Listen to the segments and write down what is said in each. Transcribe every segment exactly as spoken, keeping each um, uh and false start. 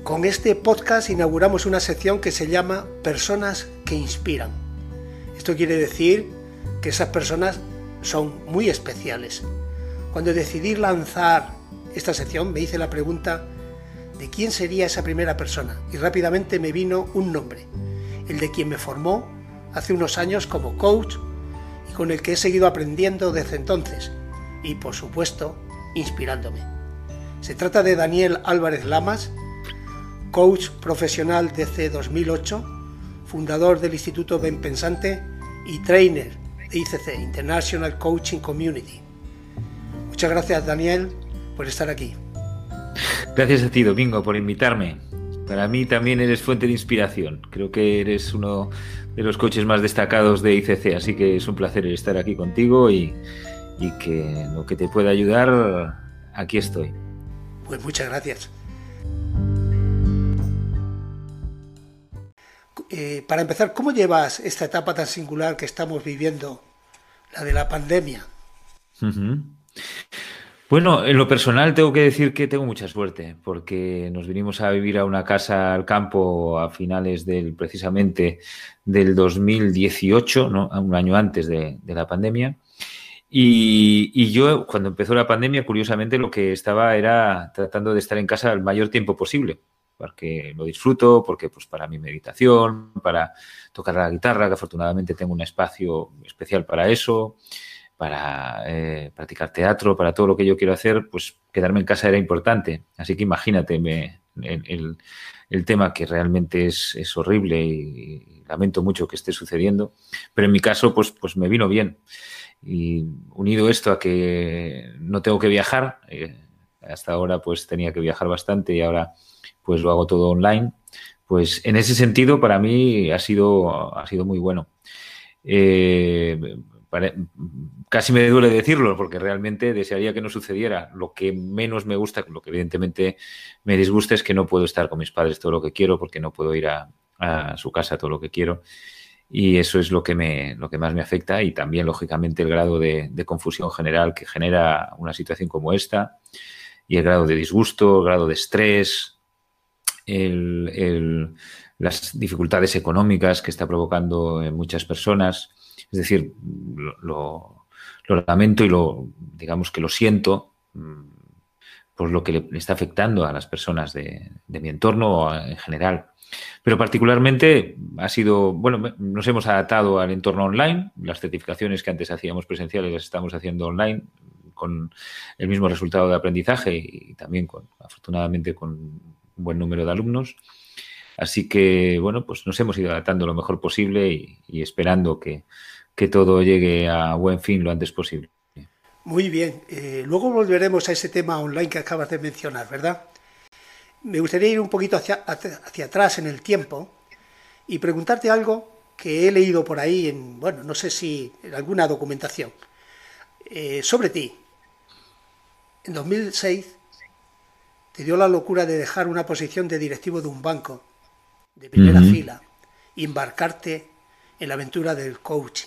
Con este podcast inauguramos una sección que se llama Personas que Inspiran. Esto quiere decir que esas personas son muy especiales. Cuando decidí lanzar esta sección me hice la pregunta de quién sería esa primera persona y rápidamente me vino un nombre, el de quien me formó hace unos años como coach y con el que he seguido aprendiendo desde entonces y, por supuesto, inspirándome. Se trata de Daniel Álvarez Lamas, coach profesional desde dos mil ocho, fundador del Instituto Benpensante y trainer de I C C, International Coaching Community. Muchas gracias, Daniel, por estar aquí. Gracias a ti, Domingo, por invitarme. Para mí también eres fuente de inspiración. Creo que eres uno de los coaches más destacados de I C C, así que es un placer estar aquí contigo y, y que lo que te pueda ayudar, aquí estoy. Pues muchas gracias. Eh, para empezar, ¿cómo llevas esta etapa tan singular que estamos viviendo, la de la pandemia? Uh-huh. Bueno, en lo personal tengo que decir que tengo mucha suerte, porque nos vinimos a vivir a una casa al campo a finales del, precisamente, del dos mil dieciocho, ¿no? Un año antes de, de la pandemia. Y, y yo, cuando empezó la pandemia, curiosamente lo que estaba era tratando de estar en casa el mayor tiempo posible, porque lo disfruto, porque pues para mi meditación, para tocar la guitarra, que afortunadamente tengo un espacio especial para eso, para eh, practicar teatro, para todo lo que yo quiero hacer, pues quedarme en casa era importante. Así que imagínate me, el, el, el tema que realmente es, es horrible y, y lamento mucho que esté sucediendo, pero en mi caso pues, pues me vino bien. Y unido esto a que no tengo que viajar, eh, hasta ahora pues tenía que viajar bastante y ahora pues lo hago todo online, pues en ese sentido para mí ha sido, ha sido muy bueno. Eh, para, casi me duele decirlo porque realmente desearía que no sucediera. Lo que menos me gusta, lo que evidentemente me disgusta es que no puedo estar con mis padres todo lo que quiero porque no puedo ir a, a su casa todo lo que quiero. Y eso es lo que, me, lo que más me afecta y también, lógicamente, el grado de, de confusión general que genera una situación como esta y el grado de disgusto, el grado de estrés, el, el, las dificultades económicas que está provocando en muchas personas. Es decir, lo, lo, lo lamento y lo, digamos que lo siento por lo que le está afectando a las personas de, de mi entorno en general. Pero particularmente ha sido, bueno, nos hemos adaptado al entorno online. Las certificaciones que antes hacíamos presenciales las estamos haciendo online con el mismo resultado de aprendizaje y también, con, afortunadamente, con un buen número de alumnos. Así que, bueno, pues nos hemos ido adaptando lo mejor posible y, y esperando que, que todo llegue a buen fin lo antes posible. Muy bien. Eh, luego volveremos a ese tema online que acabas de mencionar, ¿verdad? Me gustaría ir un poquito hacia, hacia atrás en el tiempo y preguntarte algo que he leído por ahí, en, bueno, no sé si en alguna documentación, eh, sobre ti. En dos mil seis te dio la locura de dejar una posición de directivo de un banco de primera uh-huh. fila y embarcarte en la aventura del coaching.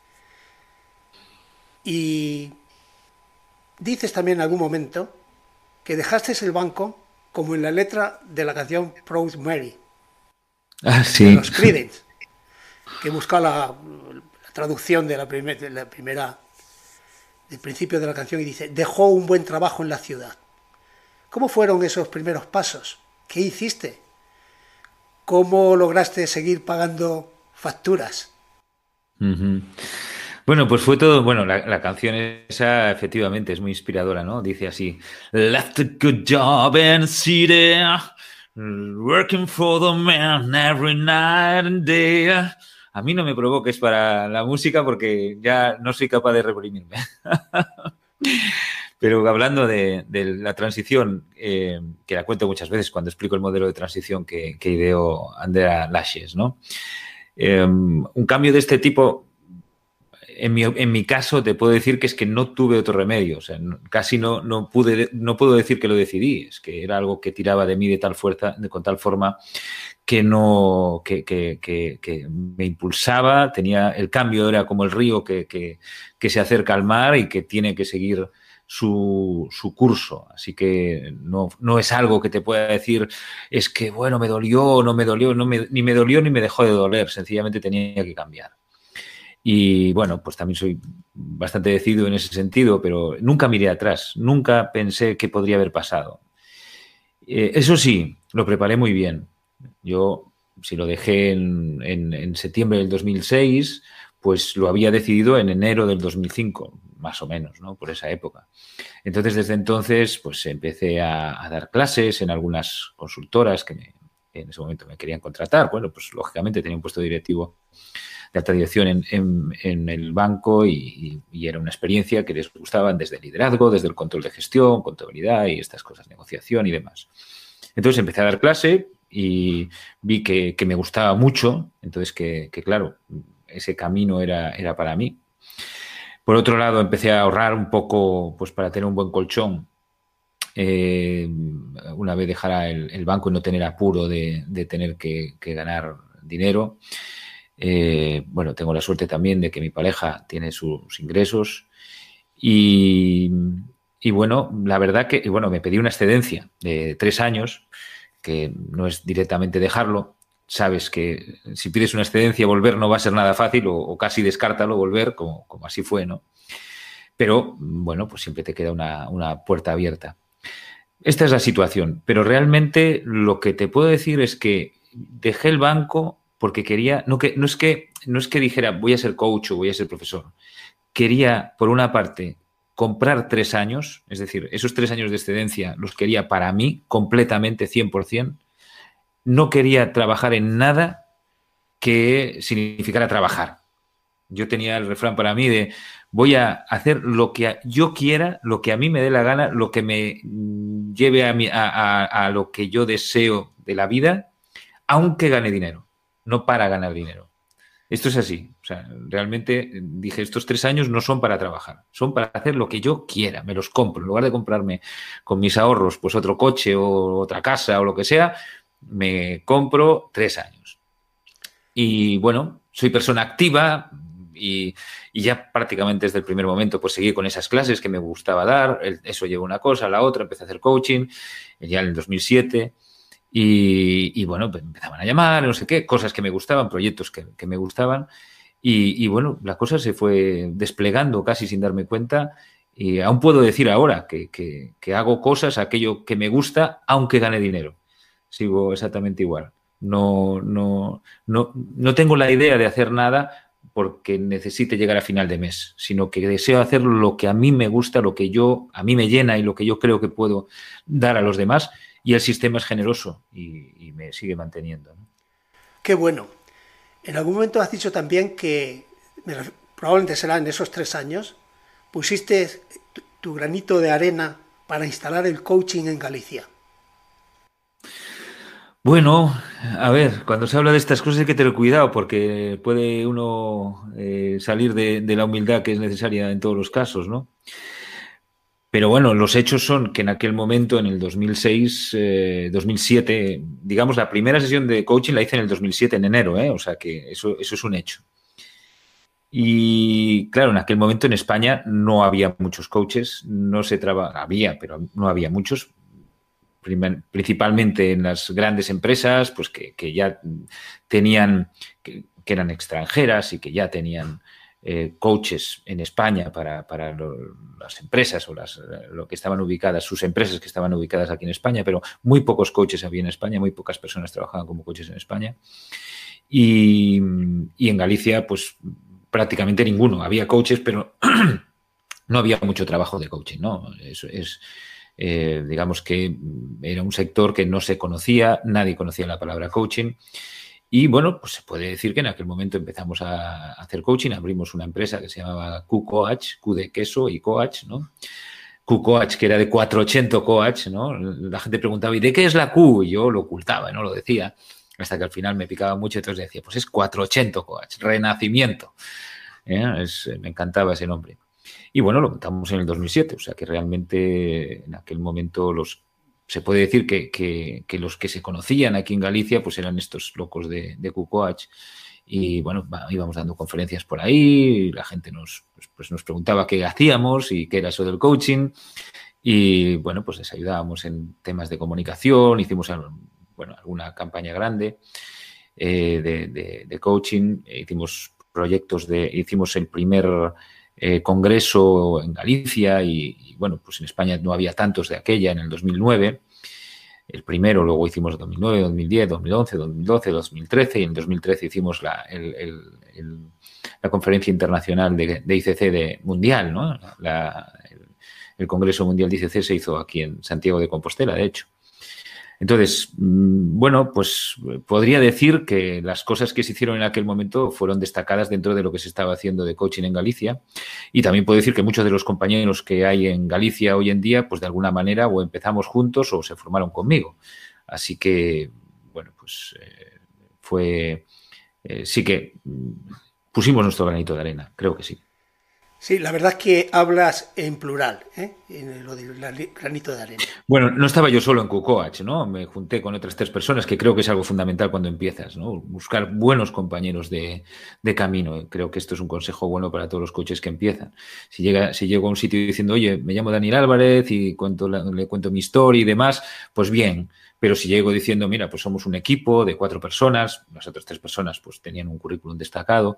Y dices también en algún momento que dejaste el banco como en la letra de la canción Proud Mary, ah, sí. de los Creedence, que busca la, la traducción de la, primer, de la primera, del principio de la canción y dice, dejó un buen trabajo en la ciudad. ¿Cómo fueron esos primeros pasos? ¿Qué hiciste? ¿Cómo lograste seguir pagando facturas? Uh-huh. Bueno, pues fue todo, bueno, la, la canción esa efectivamente es muy inspiradora, ¿no? Dice así, left a good job in the city, working for the man every night and day. A mí no me provoques para la música porque ya no soy capaz de reprimirme. Pero hablando de, de la transición, eh, que la cuento muchas veces cuando explico el modelo de transición que, que ideó Andrea Lashes, ¿no? Eh, un cambio de este tipo, en mi, en mi caso, te puedo decir que es que no tuve otro remedio. O sea, no, casi no, no pude, no puedo decir que lo decidí. Es que era algo que tiraba de mí de tal fuerza, de, con tal forma que no, que, que, que, que me impulsaba. Tenía, el cambio era como el río que, que, que se acerca al mar y que tiene que seguir su, su curso. Así que no, no es algo que te pueda decir, es que, bueno, me dolió, no me dolió, no me, ni me dolió ni me dejó de doler, sencillamente tenía que cambiar. Y bueno, pues también soy bastante decidido en ese sentido, pero nunca miré atrás, nunca pensé qué podría haber pasado. Eh, eso sí, lo preparé muy bien. Yo, si lo dejé en, en, en septiembre del dos mil seis, pues lo había decidido en enero del dos mil cinco, más o menos, ¿no? Por esa época. Entonces, desde entonces, pues empecé a, a dar clases en algunas consultoras que me, en ese momento me querían contratar. Bueno, pues lógicamente tenía un puesto directivo de alta dirección en, en, en el banco y, y, y era una experiencia que les gustaba desde el liderazgo, desde el control de gestión, contabilidad y estas cosas, negociación y demás. Entonces empecé a dar clase y vi que, que me gustaba mucho, entonces que, que claro, ese camino era, era para mí. Por otro lado, empecé a ahorrar un poco pues para tener un buen colchón. Eh, una vez dejara el, el banco y no tener apuro de, de tener que, que ganar dinero. Eh, bueno, tengo la suerte también de que mi pareja tiene sus ingresos y, y bueno, la verdad que, y bueno, me pedí una excedencia de tres años, que no es directamente dejarlo. Sabes que si pides una excedencia, volver no va a ser nada fácil o, o casi descártalo volver, como, como así fue, ¿no? Pero, bueno, pues siempre te queda una, una puerta abierta. Esta es la situación, pero realmente lo que te puedo decir es que dejé el banco porque quería, no, que, no, es que, no es que dijera voy a ser coach o voy a ser profesor. Quería, por una parte, comprar tres años, es decir, esos tres años de excedencia los quería para mí completamente, cien por ciento. No quería trabajar en nada que significara trabajar. Yo tenía el refrán para mí de voy a hacer lo que yo quiera, lo que a mí me dé la gana, lo que me lleve a, mi, a, a, a lo que yo deseo de la vida, aunque gane dinero, no para ganar dinero. Esto es así. O sea, realmente dije, estos tres años no son para trabajar, son para hacer lo que yo quiera, me los compro. En lugar de comprarme con mis ahorros pues otro coche o otra casa o lo que sea, me compro tres años. Y bueno, soy persona activa y, y ya prácticamente desde el primer momento pues seguí con esas clases que me gustaba dar. Eso llevó una cosa a la otra, empecé a hacer coaching ya en el dos mil siete. Y, y bueno, pues empezaban a llamar, no sé qué, cosas que me gustaban, proyectos que, que me gustaban. Y, y bueno, la cosa se fue desplegando casi sin darme cuenta. Y aún puedo decir ahora que, que, que hago cosas, aquello que me gusta, aunque gane dinero. Sigo exactamente igual. No, no, no, no tengo la idea de hacer nada porque necesite llegar a final de mes, sino que deseo hacer lo que a mí me gusta, lo que yo, a mí me llena y lo que yo creo que puedo dar a los demás. Y el sistema es generoso y, y me sigue manteniendo, ¿no? Qué bueno. En algún momento has dicho también que, probablemente será en esos tres años, pusiste tu, tu granito de arena para instalar el coaching en Galicia. Bueno, a ver, cuando se habla de estas cosas hay que tener cuidado porque puede uno eh, salir de, de la humildad que es necesaria en todos los casos, ¿no? Pero bueno, los hechos son que en aquel momento, en el dos mil seis, eh, dos mil siete, digamos, la primera sesión de coaching la hice en el dos mil siete, en enero, ¿eh? O sea que eso, eso es un hecho. Y claro, en aquel momento en España no había muchos coaches, no se trabajaba, había, pero no había muchos, principalmente en las grandes empresas, pues que, que ya tenían, que, que eran extranjeras y que ya tenían Eh, coaches en España para, para lo, las empresas o las, lo que estaban ubicadas, sus empresas que estaban ubicadas aquí en España, pero muy pocos coaches había en España, muy pocas personas trabajaban como coaches en España. Y, y en Galicia, pues prácticamente ninguno. Había coaches, pero no había mucho trabajo de coaching, ¿no? Eso es, eh, digamos que era un sector que no se conocía, nadie conocía la palabra coaching. Y bueno, pues se puede decir que en aquel momento empezamos a hacer coaching, abrimos una empresa que se llamaba Q-Coach, Q de queso y Coach, ¿no? Q-Coach, que era de cuatrocientos Coach, ¿no? La gente preguntaba, ¿y de qué es la Q? Y yo lo ocultaba, no lo decía, hasta que al final me picaba mucho, entonces decía, pues es cuatrocientos Coach, Renacimiento. ¿Eh? Es, me encantaba ese nombre. Y bueno, lo montamos en el dos mil siete, o sea que realmente en aquel momento los se puede decir que, que, que los que se conocían aquí en Galicia pues eran estos locos de, de Q-Coach y bueno, íbamos dando conferencias por ahí, y la gente nos, pues, pues nos preguntaba qué hacíamos y qué era eso del coaching. Y bueno, pues les ayudábamos en temas de comunicación, hicimos bueno, alguna campaña grande eh, de, de, de coaching, hicimos proyectos de, hicimos el primer eh, congreso en Galicia y, y bueno, pues en España no había tantos de aquella en el dos mil nueve. El primero, luego hicimos dos mil nueve, dos mil diez, dos mil once, dos mil doce, dos mil trece y en dos mil trece hicimos la, el, el, el, la conferencia internacional de, de I C C de mundial, ¿no? La, el, el Congreso Mundial de I C C se hizo aquí en Santiago de Compostela, de hecho. Entonces, bueno, pues podría decir que las cosas que se hicieron en aquel momento fueron destacadas dentro de lo que se estaba haciendo de coaching en Galicia. Y también puedo decir que muchos de los compañeros que hay en Galicia hoy en día, pues de alguna manera o empezamos juntos o se formaron conmigo. Así que, bueno, pues eh, fue... Eh, sí que pusimos nuestro granito de arena, creo que sí. Sí, la verdad es que hablas en plural, ¿eh? En lo del granito de arena. Bueno, no estaba yo solo en KuCoach, ¿no? Me junté con otras tres personas, que creo que es algo fundamental cuando empiezas, ¿no? Buscar buenos compañeros de, de camino. Creo que esto es un consejo bueno para todos los coaches que empiezan. Si llega, si llego a un sitio diciendo, oye, me llamo Daniel Álvarez y cuento la, le cuento mi historia y demás, pues bien. Pero si llego diciendo, mira, pues somos un equipo de cuatro personas, las otras tres personas pues tenían un currículum destacado,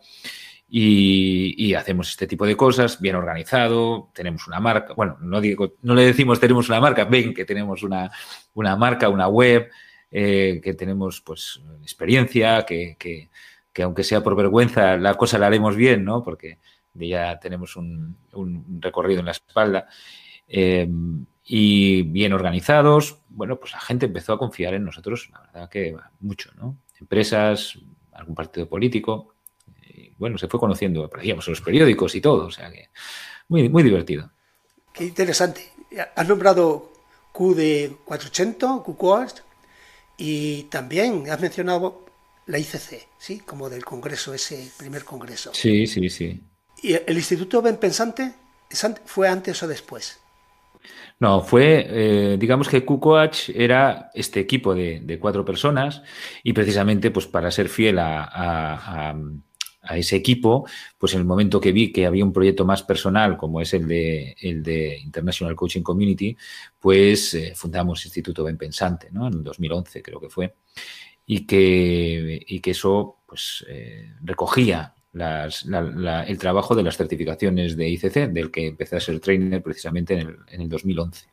Y, y hacemos este tipo de cosas, bien organizado, tenemos una marca, bueno, no digo, no le decimos tenemos una marca, ven que tenemos una, una marca, una web, eh, que tenemos pues experiencia, que, que, que aunque sea por vergüenza, la cosa la haremos bien, ¿no? Porque ya tenemos un, un recorrido en la espalda. Eh, y bien organizados, bueno, pues la gente empezó a confiar en nosotros, la verdad que mucho, ¿no? Empresas, algún partido político. Bueno, se fue conociendo, aparecíamos en los periódicos y todo, o sea que muy, muy divertido. Qué interesante. Has nombrado Q de cuatrocientos, KuCoach, y también has mencionado la I C C, ¿sí? Como del congreso, ese primer congreso. Sí, sí, sí. ¿Y el Instituto Ben Pensante fue antes o después? No, fue, eh, digamos que KuCoach era este equipo de, de cuatro personas y precisamente pues para ser fiel a... a, a a ese equipo, pues en el momento que vi que había un proyecto más personal como es el de, el de International Coaching Community, pues eh, fundamos Instituto Ben Pensante, ¿no? En el dos mil once creo que fue, y que, y que eso pues eh, recogía las, la, la, el trabajo de las certificaciones de I C C, del que empecé a ser trainer precisamente en el, en el dos mil once.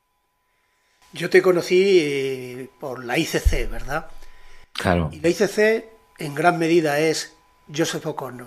Yo te conocí eh, por la I C C, ¿verdad? Claro. Y la I C C en gran medida es Joseph O'Connor.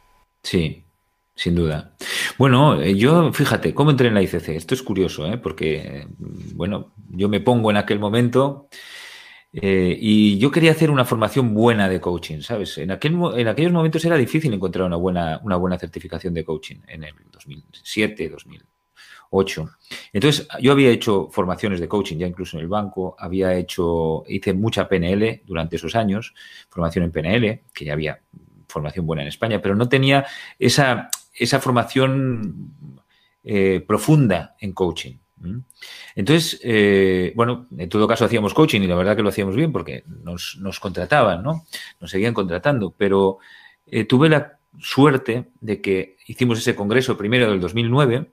Sí, sin duda. Bueno, yo, fíjate, ¿cómo entré en la I C C? Esto es curioso, ¿eh? Porque, bueno, yo me pongo en aquel momento eh, y yo quería hacer una formación buena de coaching, ¿sabes? En, aquel, en aquellos momentos era difícil encontrar una buena, una buena certificación de coaching, en el dos mil siete, dos mil ocho. Entonces, yo había hecho formaciones de coaching ya incluso en el banco, había hecho, hice mucha P N L durante esos años, formación en P N L, que ya había formación buena en España, pero no tenía esa, esa formación eh, profunda en coaching. Entonces, eh, bueno, en todo caso hacíamos coaching y la verdad que lo hacíamos bien porque nos, nos contrataban, ¿no? Nos seguían contratando, pero eh, tuve la suerte de que hicimos ese congreso primero del dos mil nueve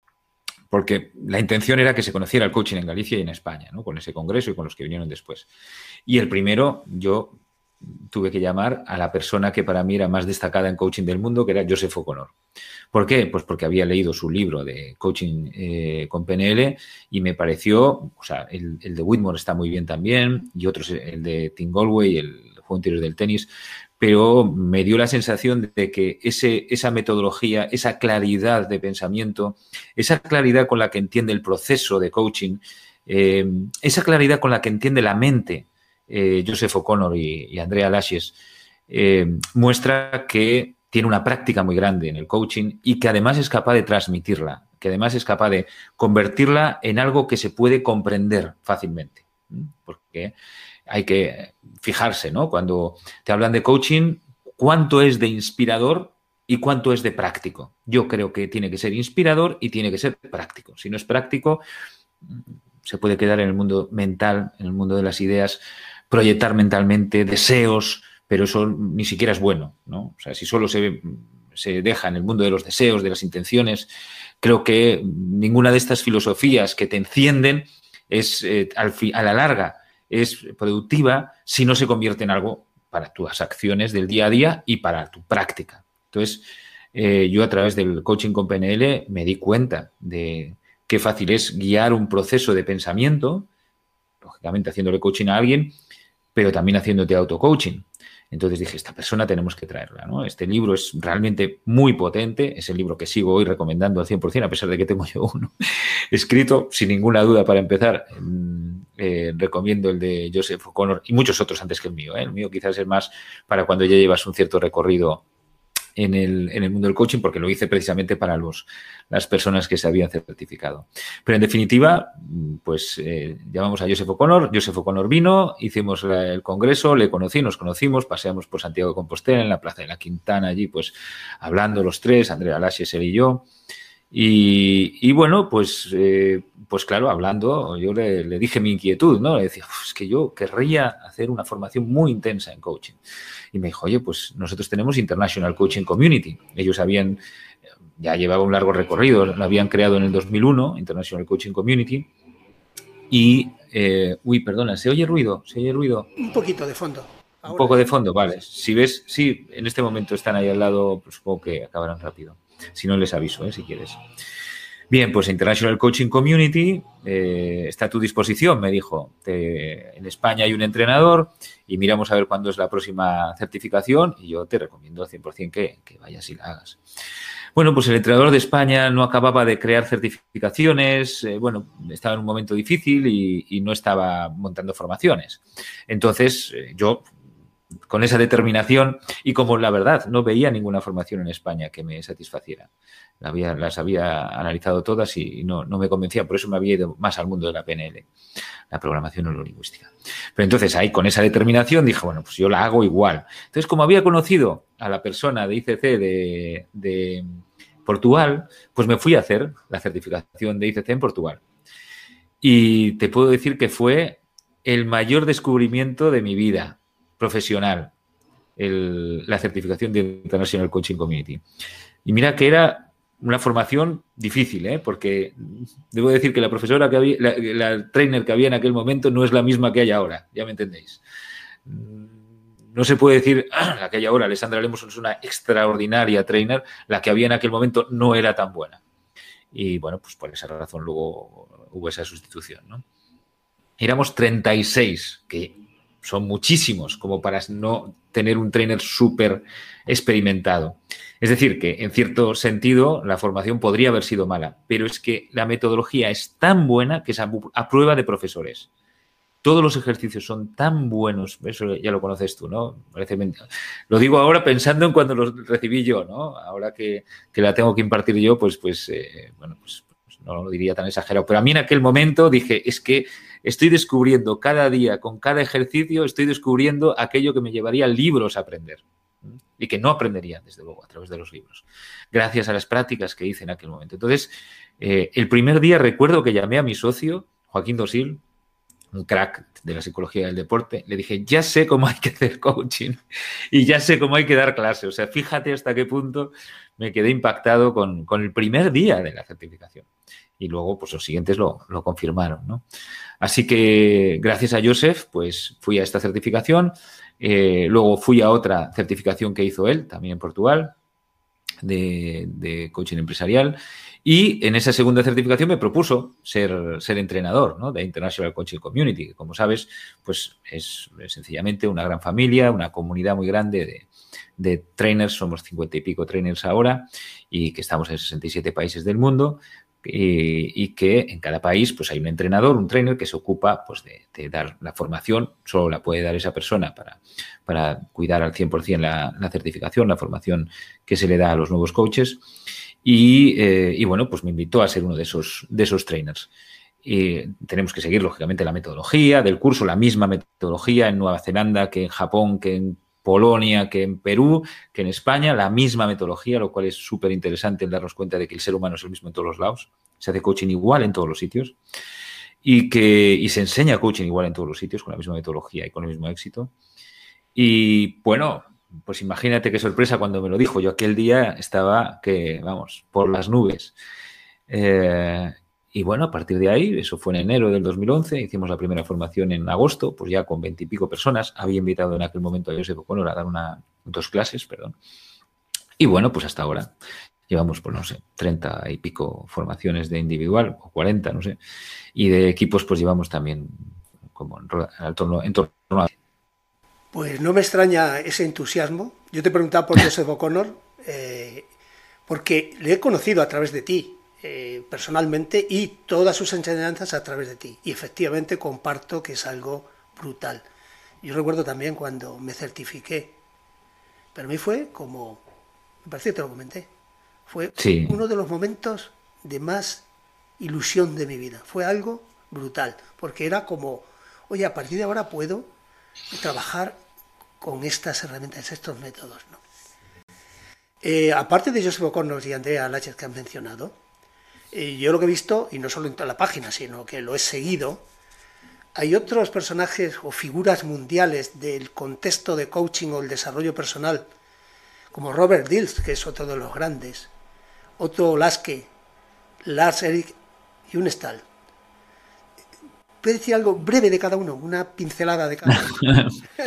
porque la intención era que se conociera el coaching en Galicia y en España, ¿no? Con ese congreso y con los que vinieron después. Y el primero, yo tuve que llamar a la persona que para mí era más destacada en coaching del mundo, que era Joseph O'Connor. ¿Por qué? Pues porque había leído su libro de coaching eh, con P N L y me pareció, o sea, el, el de Whitmore está muy bien también y otros, el de Tim Galway, el juego interior del tenis, pero me dio la sensación de que ese, esa metodología, esa claridad de pensamiento, esa claridad con la que entiende el proceso de coaching, eh, esa claridad con la que entiende la mente, Eh, Joseph O'Connor y, y Andrea Lashes, eh, muestra que tiene una práctica muy grande en el coaching y que además es capaz de transmitirla, que además es capaz de convertirla en algo que se puede comprender fácilmente. Porque hay que fijarse, ¿no? Cuando te hablan de coaching, cuánto es de inspirador y cuánto es de práctico. Yo creo que tiene que ser inspirador y tiene que ser práctico. Si no es práctico, se puede quedar en el mundo mental, en el mundo de las ideas, proyectar mentalmente deseos, pero eso ni siquiera es bueno, ¿no? O sea, si solo se, se deja en el mundo de los deseos, de las intenciones, creo que ninguna de estas filosofías que te encienden es, eh, al fi, a la larga, es productiva si no se convierte en algo para tus acciones del día a día y para tu práctica. Entonces, eh, yo a través del coaching con P N L me di cuenta de qué fácil es guiar un proceso de pensamiento, lógicamente haciéndole coaching a alguien, pero también haciéndote auto-coaching. Entonces dije, esta persona tenemos que traerla, ¿no? Este libro es realmente muy potente, es el libro que sigo hoy recomendando al cien por cien, a pesar de que tengo yo uno escrito, sin ninguna duda, para empezar. Eh, recomiendo el de Joseph O'Connor y muchos otros antes que el mío, ¿eh? El mío quizás es más para cuando ya llevas un cierto recorrido en el, en el mundo del coaching, porque lo hice precisamente para los, las personas que se habían certificado. Pero en definitiva, pues eh, llamamos a Joseph O'Connor, Joseph O'Connor vino, hicimos la, el congreso, le conocí, nos conocimos, paseamos por Santiago de Compostela, en la Plaza de la Quintana, allí pues hablando los tres, Andrea Laches, él y yo. Y, y bueno, pues, eh, pues claro, hablando, yo le, le dije mi inquietud, ¿no? Le decía, es que yo querría hacer una formación muy intensa en coaching. Y me dijo, oye, pues nosotros tenemos International Coaching Community. Ellos habían, ya llevaba un largo recorrido, lo habían creado en el dos mil uno, International Coaching Community. Y, eh, uy, perdona, ¿se oye ruido? ¿Se oye ruido? Un poquito de fondo. Ahora. Un poco de fondo, vale. Si ves, sí, en este momento están ahí al lado, pues supongo que acabarán rápido. Si no, les aviso, ¿eh? Si quieres. Bien, pues International Coaching Community eh, está a tu disposición, me dijo. Te, en España hay un entrenador y miramos a ver cuándo es la próxima certificación y yo te recomiendo al cien por cien que, que vayas y la hagas. Bueno, pues el entrenador de España no acababa de crear certificaciones, eh, bueno, estaba en un momento difícil y, y no estaba montando formaciones. Entonces, eh, yo... con esa determinación y como la verdad no veía ninguna formación en España que me satisfaciera. La había, las había analizado todas y no, no me convencía, por eso me había ido más al mundo de la P N L, la programación neurolingüística. Pero entonces ahí con esa determinación dije, bueno, pues yo la hago igual. Entonces, como había conocido a la persona de I C C de, de Portugal, pues me fui a hacer la certificación de I C C en Portugal. Y te puedo decir que fue el mayor descubrimiento de mi vida profesional, el, la certificación de International Coaching Community. Y mira que era una formación difícil, ¿eh? Porque debo decir que la profesora que había, la, la trainer que había en aquel momento no es la misma que hay ahora, ya me entendéis. No se puede decir, ah, la que hay ahora, Alessandra Lemos es una extraordinaria trainer, la que había en aquel momento no era tan buena. Y bueno, pues por esa razón luego hubo esa sustitución, ¿no? Éramos treinta y seis, que son muchísimos como para no tener un trainer súper experimentado. Es decir, que en cierto sentido la formación podría haber sido mala, pero es que la metodología es tan buena que es a prueba de profesores. Todos los ejercicios son tan buenos, eso ya lo conoces tú, ¿no? Parece mentira. Lo digo ahora pensando en cuando los recibí yo, ¿no? Ahora que, que la tengo que impartir yo, pues, pues eh, bueno, pues, pues no lo diría tan exagerado. Pero a mí en aquel momento dije, es que estoy descubriendo cada día, con cada ejercicio, estoy descubriendo aquello que me llevaría libros a aprender. Y que no aprendería, desde luego, a través de los libros. Gracias a las prácticas que hice en aquel momento. Entonces, eh, el primer día recuerdo que llamé a mi socio, Joaquín Dosil, un crack de la psicología del deporte, le dije, ya sé cómo hay que hacer coaching y ya sé cómo hay que dar clase. O sea, fíjate hasta qué punto me quedé impactado con, con el primer día de la certificación. Y luego, pues los siguientes lo, lo confirmaron, ¿no? Así que, gracias a Joseph, pues fui a esta certificación. Eh, luego fui a otra certificación que hizo él, también en Portugal, de, de coaching empresarial. Y en esa segunda certificación me propuso ser, ser entrenador, ¿no? De International Coaching Community, que como sabes, pues es, es sencillamente una gran familia, una comunidad muy grande de, de trainers, somos cincuenta y pico trainers ahora y que estamos en sesenta y siete países del mundo. Y, y que en cada país pues hay un entrenador, un trainer que se ocupa pues de, de dar la formación, solo la puede dar esa persona para, para cuidar al cien por cien la, la certificación, la formación que se le da a los nuevos coaches. Y, eh, y bueno, pues me invitó a ser uno de esos, de esos trainers. Y tenemos que seguir, lógicamente, la metodología del curso, la misma metodología en Nueva Zelanda que en Japón, que en Polonia, que en Perú, que en España, la misma metodología, lo cual es súper interesante el darnos cuenta de que el ser humano es el mismo en todos los lados. Se hace coaching igual en todos los sitios y que y se enseña coaching igual en todos los sitios con la misma metodología y con el mismo éxito. Y bueno, pues imagínate qué sorpresa cuando me lo dijo. Yo aquel día estaba, que vamos, por las nubes. Eh, y bueno, a partir de ahí, eso fue en enero del dos mil once, hicimos la primera formación en agosto, pues ya con veintipico personas. Había invitado en aquel momento a Joseph O'Connor a dar una, dos clases, perdón. Y bueno, pues hasta ahora llevamos, pues no sé, treinta y pico formaciones de individual, o cuarenta, no sé. Y de equipos, pues llevamos también como en, en torno, en torno a... Pues no me extraña ese entusiasmo. Yo te preguntaba por Joseph O'Connor, eh, porque le he conocido a través de ti, eh, personalmente, y todas sus enseñanzas a través de ti. Y efectivamente comparto que es algo brutal. Yo recuerdo también cuando me certifiqué, pero a mí fue como, me parece que te lo comenté, fue Sí. uno de los momentos de más ilusión de mi vida. Fue algo brutal, porque era como, oye, a partir de ahora puedo trabajar con estas herramientas, estos métodos, ¿no? Eh, aparte de Joseph O'Connor y Andrea Lacher que han mencionado, eh, yo lo que he visto, y no solo en toda la página, sino que lo he seguido, hay otros personajes o figuras mundiales del contexto de coaching o el desarrollo personal, como Robert Dills, que es otro de los grandes, Otto Lasker, Lars Erik Unestål. ¿Puedes decir algo breve de cada uno? Una pincelada de cada uno.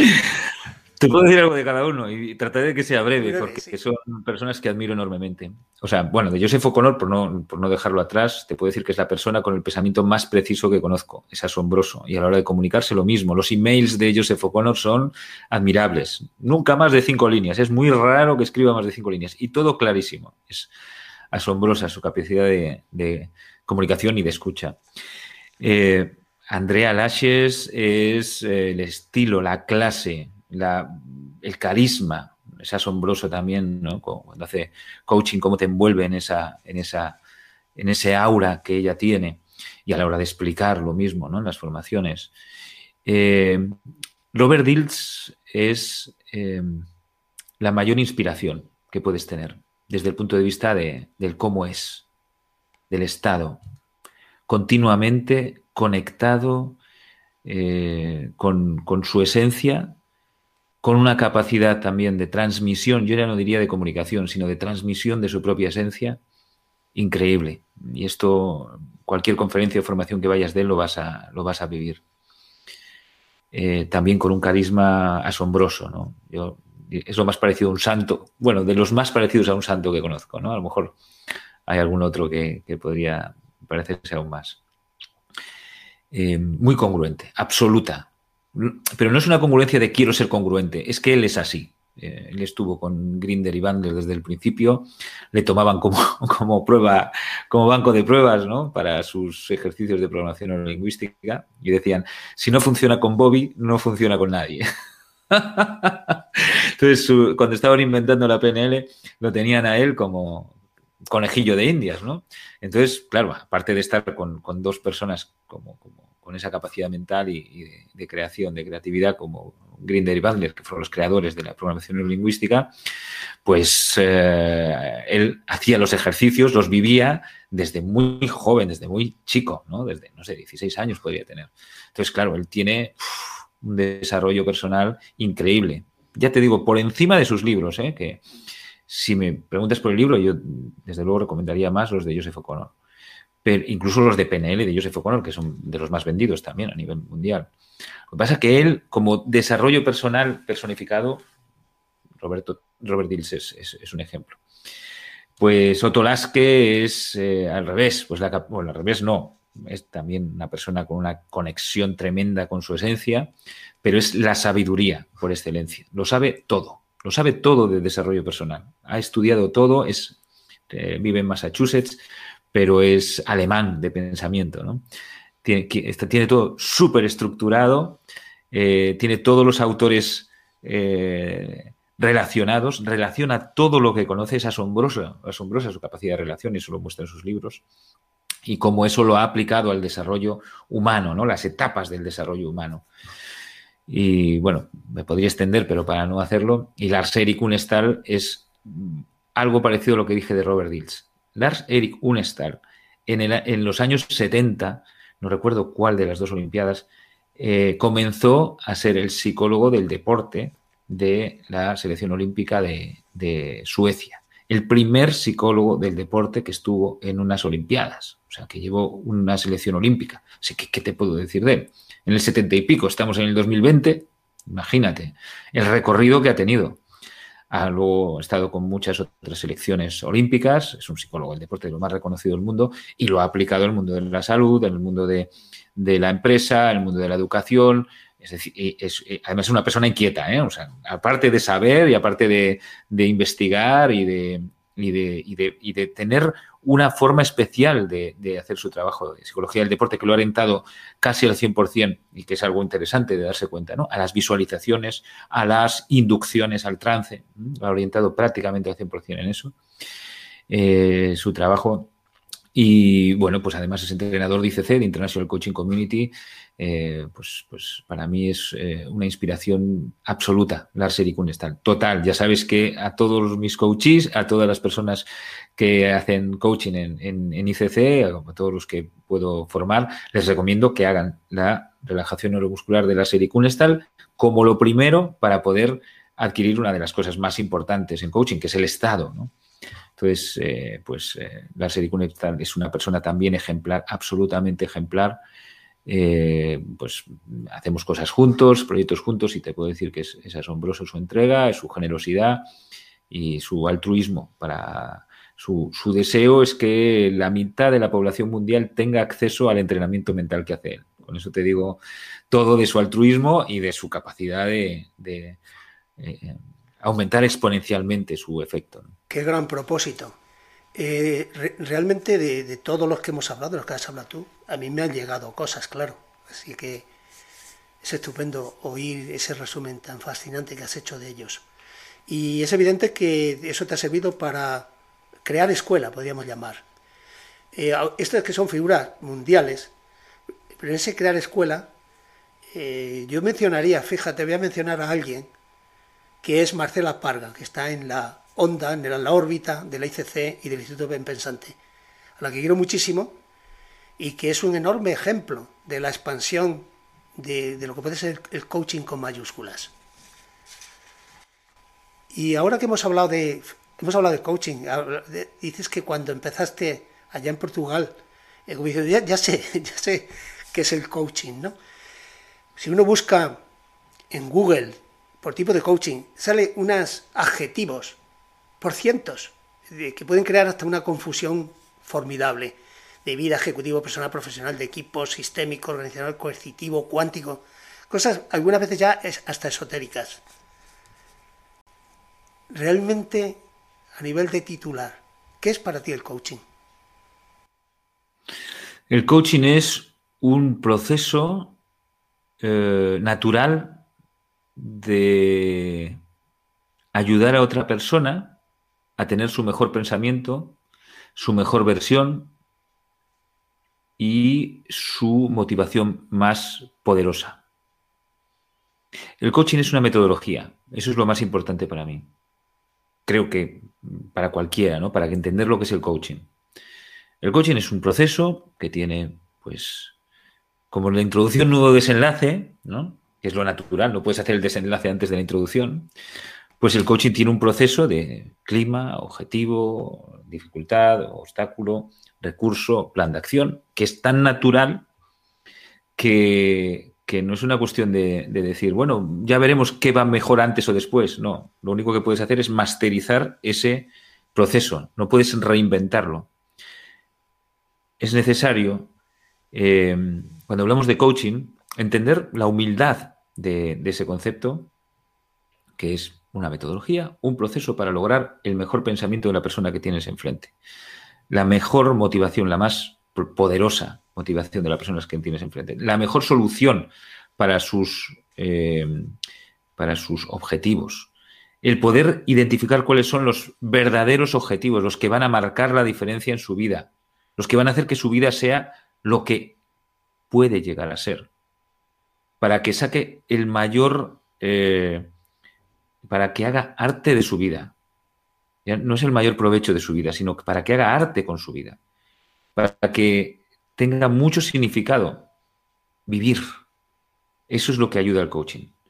Te puedo decir algo de cada uno y trataré de que sea breve, breve porque sí. son personas que admiro enormemente. O sea, bueno, de Joseph O'Connor, por no, por no dejarlo atrás, te puedo decir que es la persona con el pensamiento más preciso que conozco. Es asombroso. Y a la hora de comunicarse lo mismo. Los emails de Joseph O'Connor son admirables. Nunca más de cinco líneas. Es muy raro que escriba más de cinco líneas. Y todo clarísimo. Es asombrosa su capacidad de, de comunicación y de escucha. Eh, Andrea Laches es eh, el estilo, la clase, La, el carisma, es asombroso también, ¿no? Cuando hace coaching, cómo te envuelve en esa, en esa, en ese aura que ella tiene, y a la hora de explicar lo mismo, ¿no? En las formaciones. Eh, Robert Dills es eh, la mayor inspiración que puedes tener desde el punto de vista de, del cómo es, del estado, continuamente conectado eh, con, con su esencia, con una capacidad también de transmisión, yo ya no diría de comunicación, sino de transmisión de su propia esencia, increíble. Y esto, cualquier conferencia o formación que vayas de él, lo vas a, lo vas a vivir. Eh, también con un carisma asombroso, ¿no? Yo, es lo más parecido a un santo, bueno, de los más parecidos a un santo que conozco, ¿no? A lo mejor hay algún otro que, que podría parecerse aún más. Eh, muy congruente, absoluta. Pero no es una congruencia de quiero ser congruente, es que él es así. Eh, él estuvo con Grinder y Bandler desde el principio, le tomaban como, como prueba, como banco de pruebas, ¿no? Para sus ejercicios de programación neurolingüística, y decían, si no funciona con Bobby, no funciona con nadie. Entonces, su, cuando estaban inventando la P N L, lo tenían a él como conejillo de indias, ¿no? Entonces, claro, aparte de estar con, con dos personas como, como con esa capacidad mental y, y de, de creación, de creatividad, como Grinder y Bandler, que fueron los creadores de la programación neurolingüística, pues eh, él hacía los ejercicios, los vivía desde muy joven, desde muy chico, ¿no? Desde, no sé, dieciséis años podría tener. Entonces, claro, él tiene uf, un desarrollo personal increíble. Ya te digo, por encima de sus libros, ¿eh? Que si me preguntas por el libro, yo desde luego recomendaría más los de Joseph O'Connor. Pero incluso los de P N L de Joseph O'Connor, que son de los más vendidos también a nivel mundial. Lo que pasa es que él, como desarrollo personal personificado, Roberto, Robert Dills es, es, es un ejemplo. Pues Otto Lasker es eh, al revés, pues la, bueno, al revés no, es también una persona con una conexión tremenda con su esencia, pero es la sabiduría por excelencia, lo sabe todo, lo sabe todo de desarrollo personal, ha estudiado todo, es, eh, vive en Massachusetts, pero es alemán de pensamiento, ¿no? Tiene, tiene todo súper estructurado, eh, tiene todos los autores eh, relacionados, relaciona todo lo que conoce, es asombrosa, asombrosa su capacidad de relación, y eso lo muestra en sus libros, y cómo eso lo ha aplicado al desarrollo humano, ¿no? Las etapas del desarrollo humano. Y bueno, me podría extender, pero para no hacerlo, y Lars Erik Unestål es algo parecido a lo que dije de Robert Dills. Lars Erik Unestål, en, el, en los años setenta, no recuerdo cuál de las dos Olimpiadas, eh, comenzó a ser el psicólogo del deporte de la selección olímpica de, de Suecia. El primer psicólogo del deporte que estuvo en unas Olimpiadas, o sea, que llevó una selección olímpica. Así que, ¿qué te puedo decir de él? En el setenta y pico, estamos en el dos mil veinte, imagínate el recorrido que ha tenido. Ha luego estado con muchas otras selecciones olímpicas, es un psicólogo del deporte de lo más reconocido del mundo y lo ha aplicado en el mundo de la salud, en el mundo de, de la empresa, en el mundo de la educación. Es decir, es, es, además es una persona inquieta, ¿eh? O sea, aparte de saber y aparte de, de investigar y de, y, de, y, de, y de tener una forma especial de, de hacer su trabajo de psicología del deporte que lo ha orientado casi al cien por ciento y que es algo interesante de darse cuenta, ¿no? A las visualizaciones, a las inducciones al trance, ¿no? Lo ha orientado prácticamente al cien por ciento en eso, eh, su trabajo. Y bueno, pues además es entrenador de I C C, de International Coaching Community. Eh, pues, pues para mí es eh, una inspiración absoluta, Lars Erik Unestal. Total, ya sabes que a todos mis coaches, a todas las personas que hacen coaching en, en, en I C C, a todos los que puedo formar, les recomiendo que hagan la relajación neuromuscular de Lars Erik Unestal como lo primero para poder adquirir una de las cosas más importantes en coaching, que es el estado, ¿no? Entonces, eh, pues eh, Lars Erik Unestal es una persona también ejemplar, absolutamente ejemplar. Eh, pues hacemos cosas juntos, proyectos juntos y te puedo decir que es, es asombroso su entrega, su generosidad y su altruismo. Para su, su deseo es que la mitad de la población mundial tenga acceso al entrenamiento mental que hace él. Con eso te digo todo de su altruismo y de su capacidad de, de eh, aumentar exponencialmente su efecto, ¿no? Qué gran propósito. Eh, re realmente de, de todos los que hemos hablado, de los que has hablado tú, a mí me han llegado cosas, claro. Así que es estupendo oír ese resumen tan fascinante que has hecho de ellos. Y es evidente que eso te ha servido para crear escuela, podríamos llamar. Eh, estas que son figuras mundiales, pero en ese crear escuela, eh, yo mencionaría, fíjate, voy a mencionar a alguien que es Marcela Parga, que está en la onda, en la órbita de la I C C y del Instituto Ben Pensante, a la que quiero muchísimo y que es un enorme ejemplo de la expansión de, de lo que puede ser el coaching con mayúsculas. Y ahora que hemos hablado de, hemos hablado de coaching, dices que cuando empezaste allá en Portugal, ya, ya sé, ya sé qué es el coaching, ¿no? Si uno busca en Google por tipo de coaching, sale unos adjetivos por cientos, que pueden crear hasta una confusión formidable, de vida, ejecutivo, personal, profesional, de equipo, sistémico, organizacional, coercitivo, cuántico, cosas algunas veces ya es hasta esotéricas. Realmente, a nivel de titular, ¿qué es para ti el coaching? El coaching es un proceso eh, natural de ayudar a otra persona a tener su mejor pensamiento, su mejor versión y su motivación más poderosa. El coaching es una metodología, eso es lo más importante para mí. Creo que para cualquiera, ¿no? Para entender lo que es el coaching. El coaching es un proceso que tiene, pues, como la introducción, nudo, desenlace, ¿no? Que es lo natural, no puedes hacer el desenlace antes de la introducción. Pues el coaching tiene un proceso de clima, objetivo, dificultad, obstáculo, recurso, plan de acción, que es tan natural que, que no es una cuestión de, de decir, bueno, ya veremos qué va mejor antes o después. No, lo único que puedes hacer es masterizar ese proceso, no puedes reinventarlo. Es necesario, eh, cuando hablamos de coaching, entender la humildad de, de ese concepto, que es una metodología, un proceso para lograr el mejor pensamiento de la persona que tienes enfrente. La mejor motivación, la más poderosa motivación de las personas que tienes enfrente. La mejor solución para sus, eh, para sus objetivos. El poder identificar cuáles son los verdaderos objetivos, los que van a marcar la diferencia en su vida, los que van a hacer que su vida sea lo que puede llegar a ser, para que saque el mayor... Eh, para que haga arte de su vida. Ya no es el mayor provecho de su vida, sino para que haga arte con su vida. Para que tenga mucho significado vivir. Eso es lo que ayuda al coaching.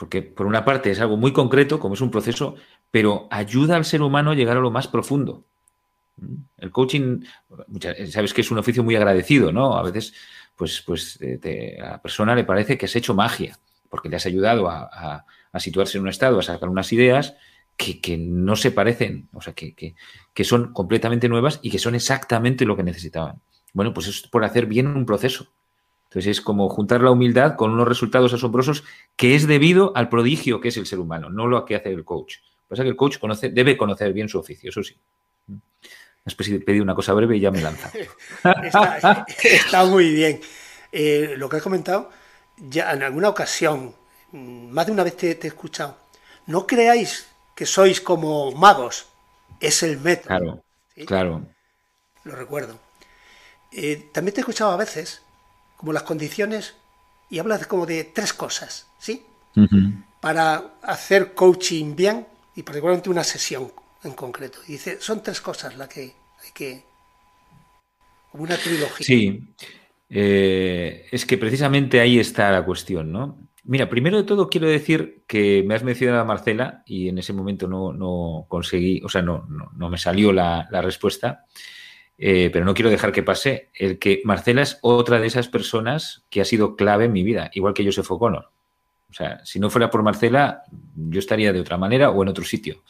Porque por una parte es algo muy concreto, como es un proceso, pero ayuda al ser humano a llegar a lo más profundo. El coaching, sabes que es un oficio muy agradecido, ¿no? A veces, pues, pues te, a la persona le parece que has hecho magia, porque le has ayudado a, a, a situarse en un estado, a sacar unas ideas que, que no se parecen, o sea, que, que, que son completamente nuevas y que son exactamente lo que necesitaban. Bueno, pues eso es por hacer bien un proceso. Entonces es como juntar la humildad con unos resultados asombrosos que es debido al prodigio que es el ser humano, no lo que hace el coach. Lo que pasa es que el coach conoce, debe conocer bien su oficio, eso sí. Has pedido una cosa breve y ya me lanza. está, está muy bien. Eh, lo que has comentado, ya en alguna ocasión, más de una vez te, te he escuchado, no creáis que sois como magos, es el método. Claro, ¿sí? claro. Lo recuerdo. Eh, también te he escuchado a veces, como las condiciones, y hablas como de tres cosas, ¿sí? Uh-huh. Para hacer coaching bien, y particularmente una sesión en concreto. Y dice, son tres cosas las que hay que... como una trilogía. Sí, eh, es que precisamente ahí está la cuestión, ¿no? Mira, primero de todo quiero decir que me has mencionado a Marcela y en ese momento no, no conseguí, o sea, no, no, no me salió la, la respuesta, eh, pero no quiero dejar que pase el que Marcela es otra de esas personas que ha sido clave en mi vida, igual que Joseph O'Connor. O sea, si no fuera por Marcela, yo estaría de otra manera o en otro sitio,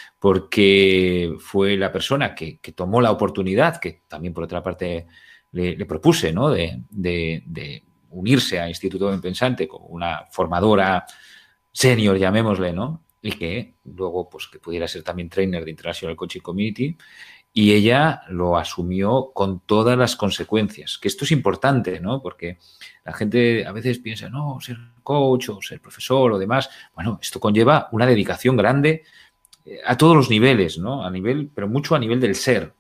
porque fue la persona que, que tomó la oportunidad, que también por otra parte le, le propuse, ¿no? de, de, de unirse a Instituto Ben Pensante como una formadora senior, llamémosle, ¿no? Y que luego, pues, que pudiera ser también trainer de International Coaching Community. Y ella lo asumió con todas las consecuencias, que esto es importante, ¿no? Porque la gente a veces piensa, no, ser coach o ser profesor o demás. Bueno, esto conlleva una dedicación grande a todos los niveles, ¿no? A nivel, pero mucho a nivel del ser,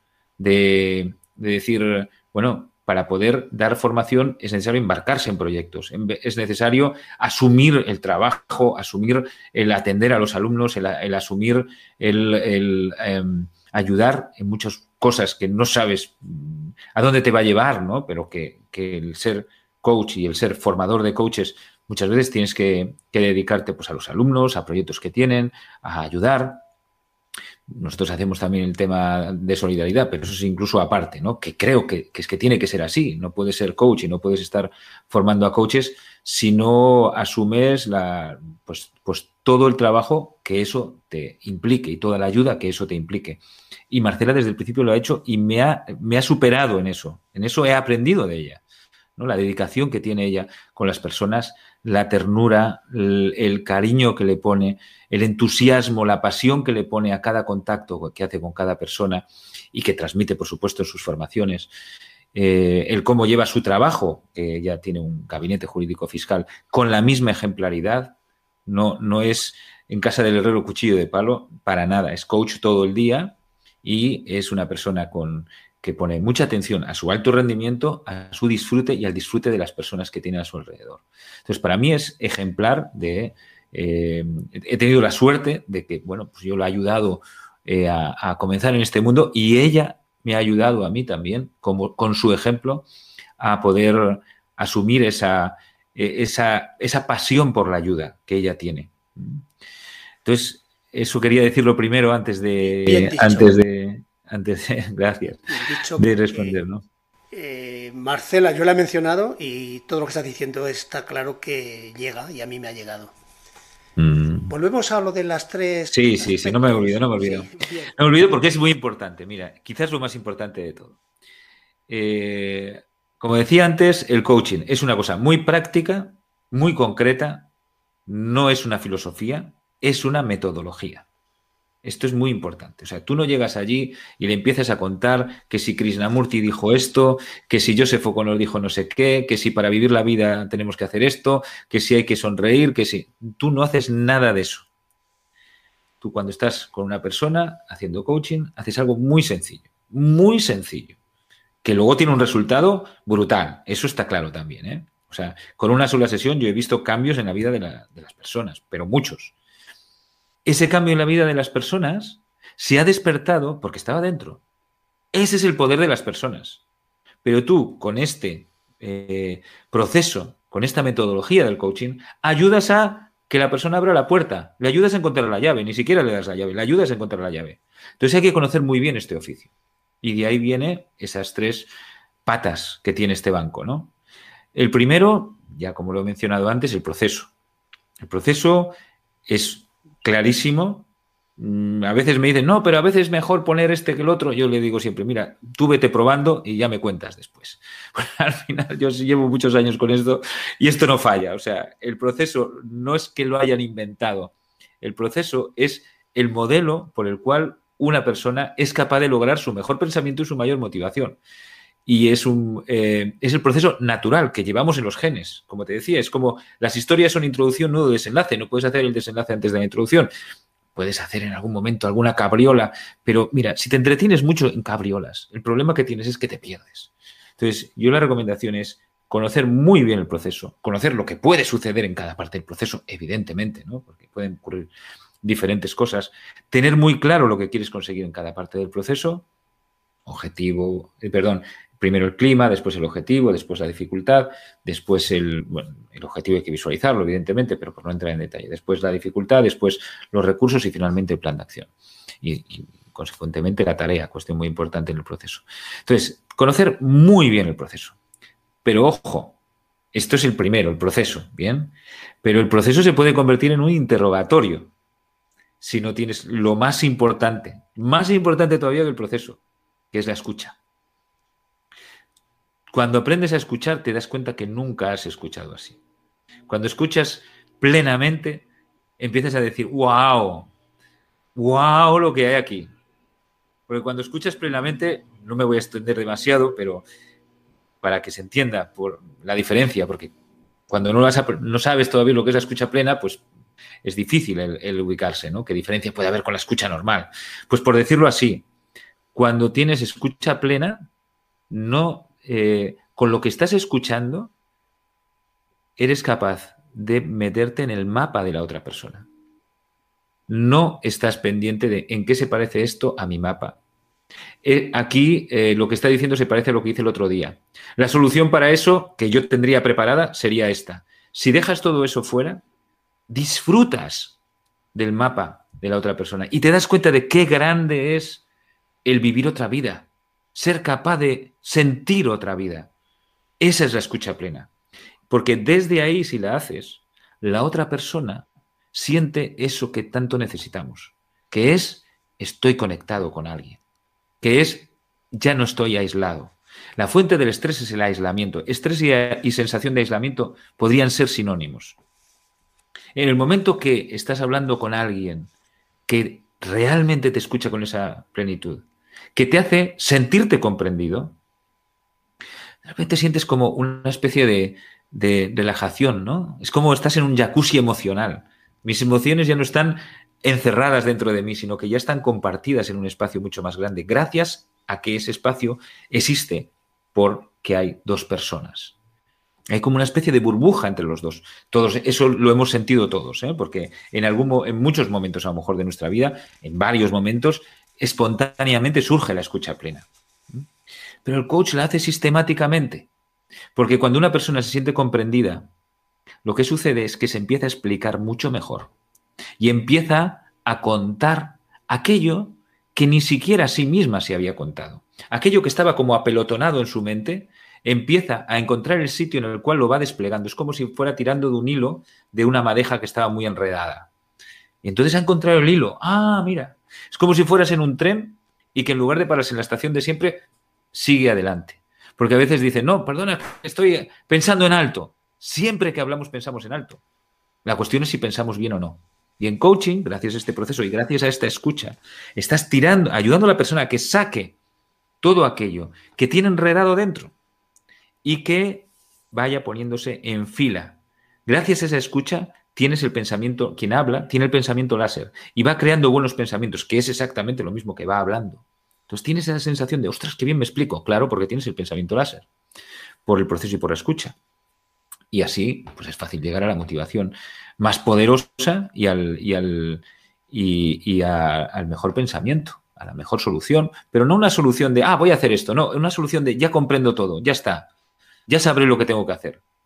de, de decir, bueno, para poder dar formación es necesario embarcarse en proyectos, es necesario asumir el trabajo, asumir el atender a los alumnos, el, el asumir el, el eh, ayudar en muchas cosas que no sabes a dónde te va a llevar, ¿no? Pero que, que el ser coach y el ser formador de coaches muchas veces tienes que, que dedicarte, pues, a los alumnos, a proyectos que tienen, a ayudar. Nosotros hacemos también el tema de solidaridad, pero eso es incluso aparte, ¿no? Que creo que, que es que tiene que ser así. No puedes ser coach y no puedes estar formando a coaches si no asumes la, pues, pues todo el trabajo que eso te implique y toda la ayuda que eso te implique. Y Marcela desde el principio lo ha hecho y me ha, me ha superado en eso. En eso he aprendido de ella, ¿no? La dedicación que tiene ella con las personas, la ternura, el, el cariño que le pone, el entusiasmo, la pasión que le pone a cada contacto que hace con cada persona y que transmite, por supuesto, en sus formaciones. Eh, el cómo lleva su trabajo, que ella tiene un gabinete jurídico fiscal, con la misma ejemplaridad. No, no es en casa del herrero cuchillo de palo, para nada. Es coach todo el día y es una persona con... que pone mucha atención a su alto rendimiento, a su disfrute y al disfrute de las personas que tiene a su alrededor. Entonces, para mí es ejemplar de... Eh, he tenido la suerte de que, bueno, pues yo lo he ayudado eh, a, a comenzar en este mundo y ella me ha ayudado a mí también, como, con su ejemplo, a poder asumir esa, esa, esa pasión por la ayuda que ella tiene. Entonces, eso quería decirlo primero antes de... Antes de Antes, gracias, de responder, ¿no? Eh, Marcela, yo la he mencionado y todo lo que estás diciendo está claro que llega y a mí me ha llegado. Mm. Volvemos a lo de las tres... Sí, sí, sí, no me olvido, no me olvido. Sí, no me olvido porque es muy importante. Mira, quizás lo más importante de todo. Eh, como decía antes, el coaching es una cosa muy práctica, muy concreta, no es una filosofía, es una metodología. Esto es muy importante. O sea, tú no llegas allí y le empiezas a contar que si Krishnamurti dijo esto, que si Joseph O'Connor dijo no sé qué, que si para vivir la vida tenemos que hacer esto, que si hay que sonreír, que si... Tú no haces nada de eso. Tú cuando estás con una persona haciendo coaching, haces algo muy sencillo, muy sencillo, que luego tiene un resultado brutal. Eso está claro también, ¿eh? O sea, con una sola sesión yo he visto cambios en la vida de, la, de las personas, pero muchos. Ese cambio en la vida de las personas se ha despertado porque estaba dentro. Ese es el poder de las personas. Pero tú, con este eh, proceso, con esta metodología del coaching, ayudas a que la persona abra la puerta, le ayudas a encontrar la llave, ni siquiera le das la llave, le ayudas a encontrar la llave. Entonces hay que conocer muy bien este oficio. Y de ahí viene esas tres patas que tiene este banco, ¿no? El primero, ya como lo he mencionado antes, el proceso. El proceso es clarísimo. A veces me dicen, no, pero a veces es mejor poner este que el otro. Yo le digo siempre, mira, tú vete probando y ya me cuentas después. Bueno, al final yo llevo muchos años con esto y esto no falla. O sea, el proceso no es que lo hayan inventado. El proceso es el modelo por el cual una persona es capaz de lograr su mejor pensamiento y su mayor motivación. Y es, un, eh, es el proceso natural que llevamos en los genes. Como te decía, es como las historias son introducción, nudo, desenlace. No puedes hacer el desenlace antes de la introducción. Puedes hacer en algún momento alguna cabriola, pero mira, si te entretienes mucho en cabriolas, el problema que tienes es que te pierdes. Entonces, yo la recomendación es conocer muy bien el proceso, conocer lo que puede suceder en cada parte del proceso, evidentemente, ¿no? Porque pueden ocurrir diferentes cosas, tener muy claro lo que quieres conseguir en cada parte del proceso, objetivo, eh, perdón, primero el clima, después el objetivo, después la dificultad, después el, bueno, el objetivo hay que visualizarlo, evidentemente, pero por no entrar en detalle. Después la dificultad, después los recursos y finalmente el plan de acción. Y, y consecuentemente la tarea, cuestión muy importante en el proceso. Entonces, conocer muy bien el proceso. Pero ojo, esto es el primero, el proceso, ¿bien? Pero el proceso se puede convertir en un interrogatorio si no tienes lo más importante, más importante todavía que el proceso, que es la escucha. Cuando aprendes a escuchar, te das cuenta que nunca has escuchado así. Cuando escuchas plenamente, empiezas a decir, wow, wow lo que hay aquí. Porque cuando escuchas plenamente, no me voy a extender demasiado, pero para que se entienda por la diferencia, porque cuando no, vas a, no sabes todavía lo que es la escucha plena, pues es difícil el, el ubicarse, ¿no? ¿Qué diferencia puede haber con la escucha normal? Pues por decirlo así, cuando tienes escucha plena, no... Eh, con lo que estás escuchando, eres capaz de meterte en el mapa de la otra persona. No estás pendiente de en qué se parece esto a mi mapa. Eh, aquí eh, lo que está diciendo se parece a lo que hice el otro día. La solución para eso, que yo tendría preparada, sería esta. Si dejas todo eso fuera, disfrutas del mapa de la otra persona y te das cuenta de qué grande es el vivir otra vida, ser capaz de sentir otra vida. Esa es la escucha plena. Porque desde ahí, si la haces, la otra persona siente eso que tanto necesitamos, que es estoy conectado con alguien, que es ya no estoy aislado. La fuente del estrés es el aislamiento. Estrés y, y sensación de aislamiento podrían ser sinónimos. En el momento que estás hablando con alguien que realmente te escucha con esa plenitud, que te hace sentirte comprendido, de repente sientes como una especie de, de relajación, ¿no? Es como estás en un jacuzzi emocional. Mis emociones ya no están encerradas dentro de mí, sino que ya están compartidas en un espacio mucho más grande, gracias a que ese espacio existe porque hay dos personas. Hay como una especie de burbuja entre los dos. Todos, eso lo hemos sentido todos, ¿eh? Porque en, algún, en muchos momentos, a lo mejor, de nuestra vida, en varios momentos, espontáneamente surge la escucha plena. Pero el coach la hace sistemáticamente. Porque cuando una persona se siente comprendida, lo que sucede es que se empieza a explicar mucho mejor. Y empieza a contar aquello que ni siquiera a sí misma se había contado. Aquello que estaba como apelotonado en su mente, empieza a encontrar el sitio en el cual lo va desplegando. Es como si fuera tirando de un hilo de una madeja que estaba muy enredada. Y entonces ha encontrado el hilo. Ah, mira. Es como si fueras en un tren y que en lugar de pararse en la estación de siempre, sigue adelante. Porque a veces dicen, no, perdona, estoy pensando en alto. Siempre que hablamos pensamos en alto. La cuestión es si pensamos bien o no. Y en coaching, gracias a este proceso y gracias a esta escucha, estás tirando, ayudando a la persona a que saque todo aquello que tiene enredado dentro y que vaya poniéndose en fila. Gracias a esa escucha tienes el pensamiento, quien habla, tiene el pensamiento láser y va creando buenos pensamientos, que es exactamente lo mismo que va hablando. Entonces tienes esa sensación de, ostras, qué bien me explico. Claro, porque tienes el pensamiento láser, por el proceso y por la escucha. Y así, pues es fácil llegar a la motivación más poderosa y al, y al, y, y a, al mejor pensamiento, a la mejor solución, pero no una solución de, ah, voy a hacer esto, no, una solución de, ya comprendo todo, ya está, ya sabré lo que tengo que hacer.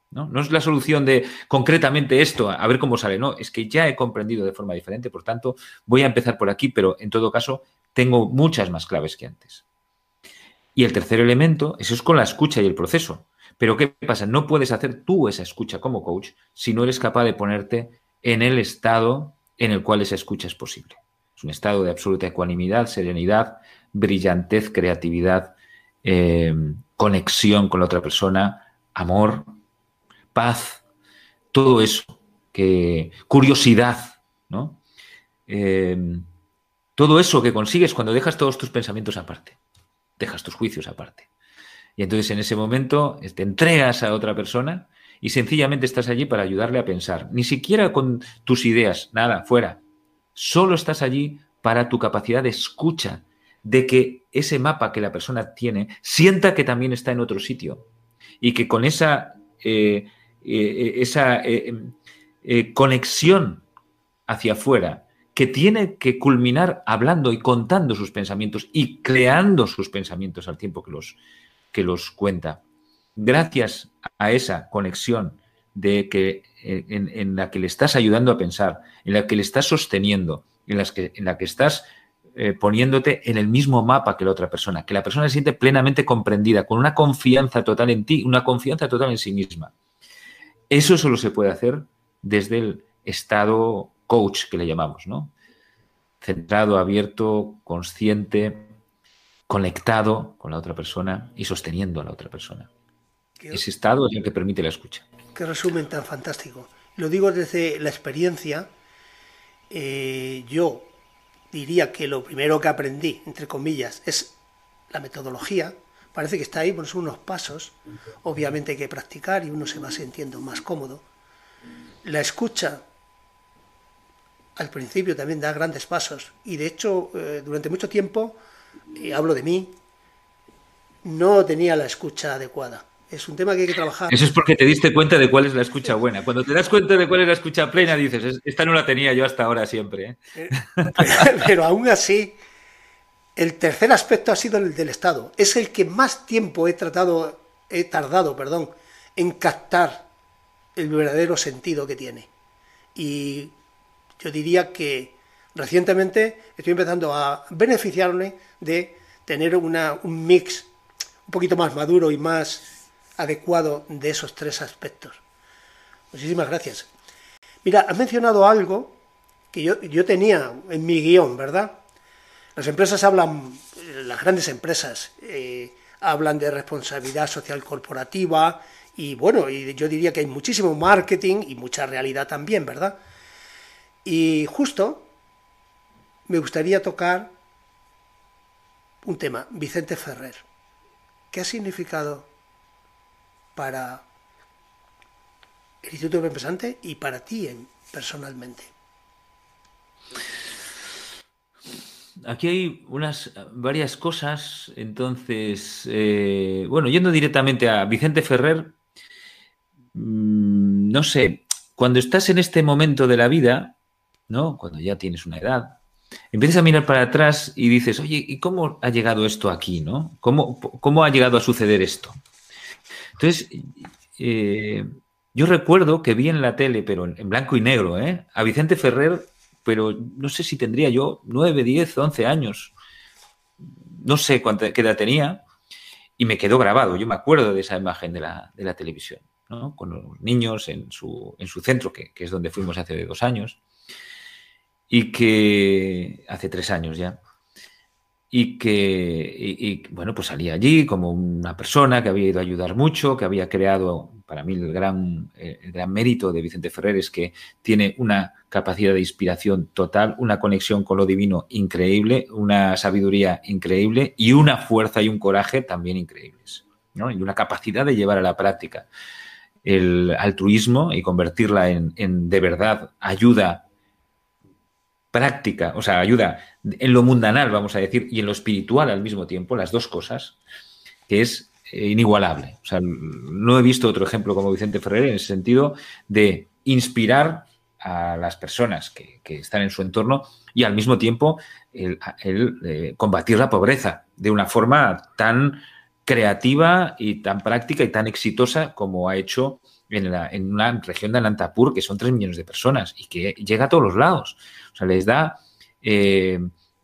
¿no? No es la solución de concretamente esto, a ver cómo sale, no, es que ya he comprendido de forma diferente, por tanto, voy a empezar por aquí, pero en todo caso tengo muchas más claves que antes. Y el tercer elemento, eso es con la escucha y el proceso. Pero ¿qué pasa? No puedes hacer tú esa escucha como coach si no eres capaz de ponerte en el estado en el cual esa escucha es posible. Es un estado de absoluta ecuanimidad, serenidad, brillantez, creatividad, eh, conexión con la otra persona, amor, paz, todo eso, que, curiosidad, ¿no? Eh, todo eso que consigues cuando dejas todos tus pensamientos aparte, dejas tus juicios aparte. Y entonces en ese momento te entregas a otra persona y sencillamente estás allí para ayudarle a pensar. Ni siquiera con tus ideas, nada, fuera. Solo estás allí para tu capacidad de escucha, de que ese mapa que la persona tiene sienta que también está en otro sitio y que con esa, eh, eh, esa eh, eh, conexión hacia afuera, que tiene que culminar hablando y contando sus pensamientos y creando sus pensamientos al tiempo que los que los cuenta. Gracias a esa conexión de que, en, en la que le estás ayudando a pensar, en la que le estás sosteniendo, en, las que, en la que estás eh, poniéndote en el mismo mapa que la otra persona, que la persona se siente plenamente comprendida, con una confianza total en ti, una confianza total en sí misma. Eso solo se puede hacer desde el estado coach, que le llamamos, ¿no? Centrado, abierto, consciente, conectado con la otra persona y sosteniendo a la otra persona. ¿Qué? Ese estado es el que permite la escucha. Qué resumen tan fantástico. Lo digo desde la experiencia. Eh, yo diría que lo primero que aprendí, entre comillas, es la metodología. Parece que está ahí, pues son unos pasos. Obviamente hay que practicar y uno se va sintiendo más cómodo. La escucha, al principio también da grandes pasos. Y de hecho, eh, durante mucho tiempo, y hablo de mí, no tenía la escucha adecuada. Es un tema que hay que trabajar. Eso es porque te diste cuenta de cuál es la escucha buena. Cuando te das cuenta de cuál es la escucha plena, dices, esta no la tenía yo hasta ahora siempre. ¿eh? Pero aún así, el tercer aspecto ha sido el del Estado. Es el que más tiempo he tratado, he tardado, perdón, en captar el verdadero sentido que tiene. Y yo diría que recientemente estoy empezando a beneficiarme de tener una, un mix un poquito más maduro y más adecuado de esos tres aspectos. Muchísimas gracias. Mira, has mencionado algo que yo, yo tenía en mi guión, ¿verdad? Las empresas hablan, las grandes empresas eh, hablan de responsabilidad social corporativa y bueno, y yo diría que hay muchísimo marketing y mucha realidad también, ¿verdad? Y justo me gustaría tocar un tema, Vicente Ferrer. ¿Qué ha significado para el Instituto del Pensante y para ti personalmente? Aquí hay unas varias cosas, entonces, eh, bueno, yendo directamente a Vicente Ferrer, mmm, no sé, cuando estás en este momento de la vida, ¿no? Cuando ya tienes una edad, empiezas a mirar para atrás y dices, oye, ¿y cómo ha llegado esto aquí, no? ¿Cómo, cómo ha llegado a suceder esto? Entonces, eh, yo recuerdo que vi en la tele, pero en, en blanco y negro, ¿eh? A Vicente Ferrer, pero no sé si tendría yo nueve, diez, once años. No sé cuánta, qué edad tenía. Y me quedó grabado. Yo me acuerdo de esa imagen de la, de la televisión, ¿no? Con los niños en su, en su centro, que, que es donde fuimos hace dos años. Y que hace tres años ya. Y que, y, y, bueno, pues salía allí como una persona que había ido a ayudar mucho, que había creado, para mí el gran, el gran mérito de Vicente Ferrer es que tiene una capacidad de inspiración total, una conexión con lo divino increíble, una sabiduría increíble y una fuerza y un coraje también increíbles, ¿no? Y una capacidad de llevar a la práctica el altruismo y convertirla en, en de verdad ayuda práctica, o sea, ayuda en lo mundanal, vamos a decir, y en lo espiritual al mismo tiempo, las dos cosas, que es eh, inigualable. O sea, no he visto otro ejemplo como Vicente Ferrer en ese sentido de inspirar a las personas que, que están en su entorno y al mismo tiempo el, el eh, combatir la pobreza de una forma tan creativa y tan práctica y tan exitosa como ha hecho en, la, en una región de Anantapur que son tres millones de personas y que llega a todos los lados. O sea, les da, eh,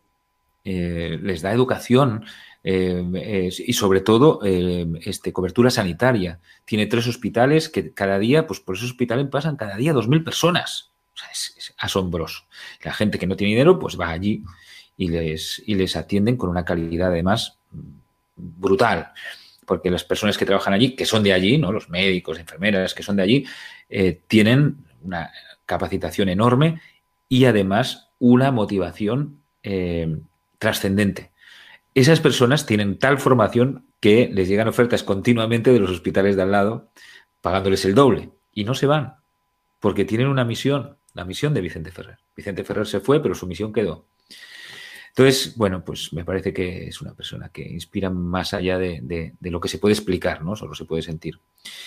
eh, les da educación eh, eh, y sobre todo eh, este, cobertura sanitaria. Tiene tres hospitales que cada día, pues por esos hospitales pasan cada día dos mil personas. O sea, es, es asombroso. La gente que no tiene dinero pues va allí y les, y les atienden con una calidad además brutal, porque las personas que trabajan allí, que son de allí, ¿no? Los médicos, enfermeras que son de allí, eh, tienen una capacitación enorme y además una motivación eh, trascendente. Esas personas tienen tal formación que les llegan ofertas continuamente de los hospitales de al lado, pagándoles el doble, y no se van, porque tienen una misión, la misión de Vicente Ferrer. Vicente Ferrer se fue, pero su misión quedó. Entonces, bueno, pues me parece que es una persona que inspira más allá de, de, de lo que se puede explicar, ¿no? Solo se puede sentir.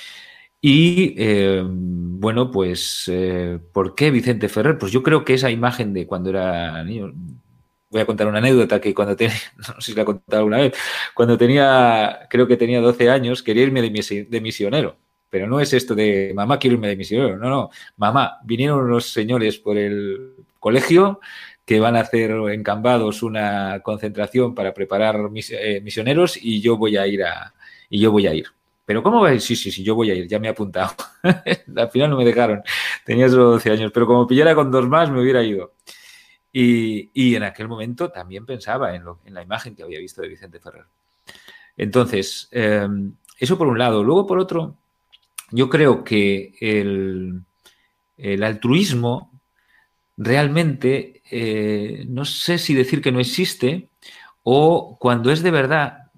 Y, eh, bueno, pues, eh, ¿por qué Vicente Ferrer? Pues yo creo que esa imagen de cuando era niño... Voy a contar una anécdota que cuando tenía, no sé si la he contado alguna vez, cuando tenía, creo que tenía doce años, quería irme de, de misionero. Pero no es esto de, mamá, quiero irme de misionero. No, no, mamá, vinieron unos señores por el colegio que van a hacer en Cambados una concentración para preparar mis, eh, misioneros y yo voy a ir a, y yo voy a ir. ¿Pero cómo va a ir? Sí, sí, sí, yo voy a ir, ya me he apuntado. Al final no me dejaron, tenía solo doce años, pero como pillara con dos más me hubiera ido. Y, y en aquel momento también pensaba en, lo, en la imagen que había visto de Vicente Ferrer. Entonces, eh, eso por un lado. Luego, por otro, yo creo que el, el altruismo realmente, eh, no sé si decir que no existe o cuando es de verdad,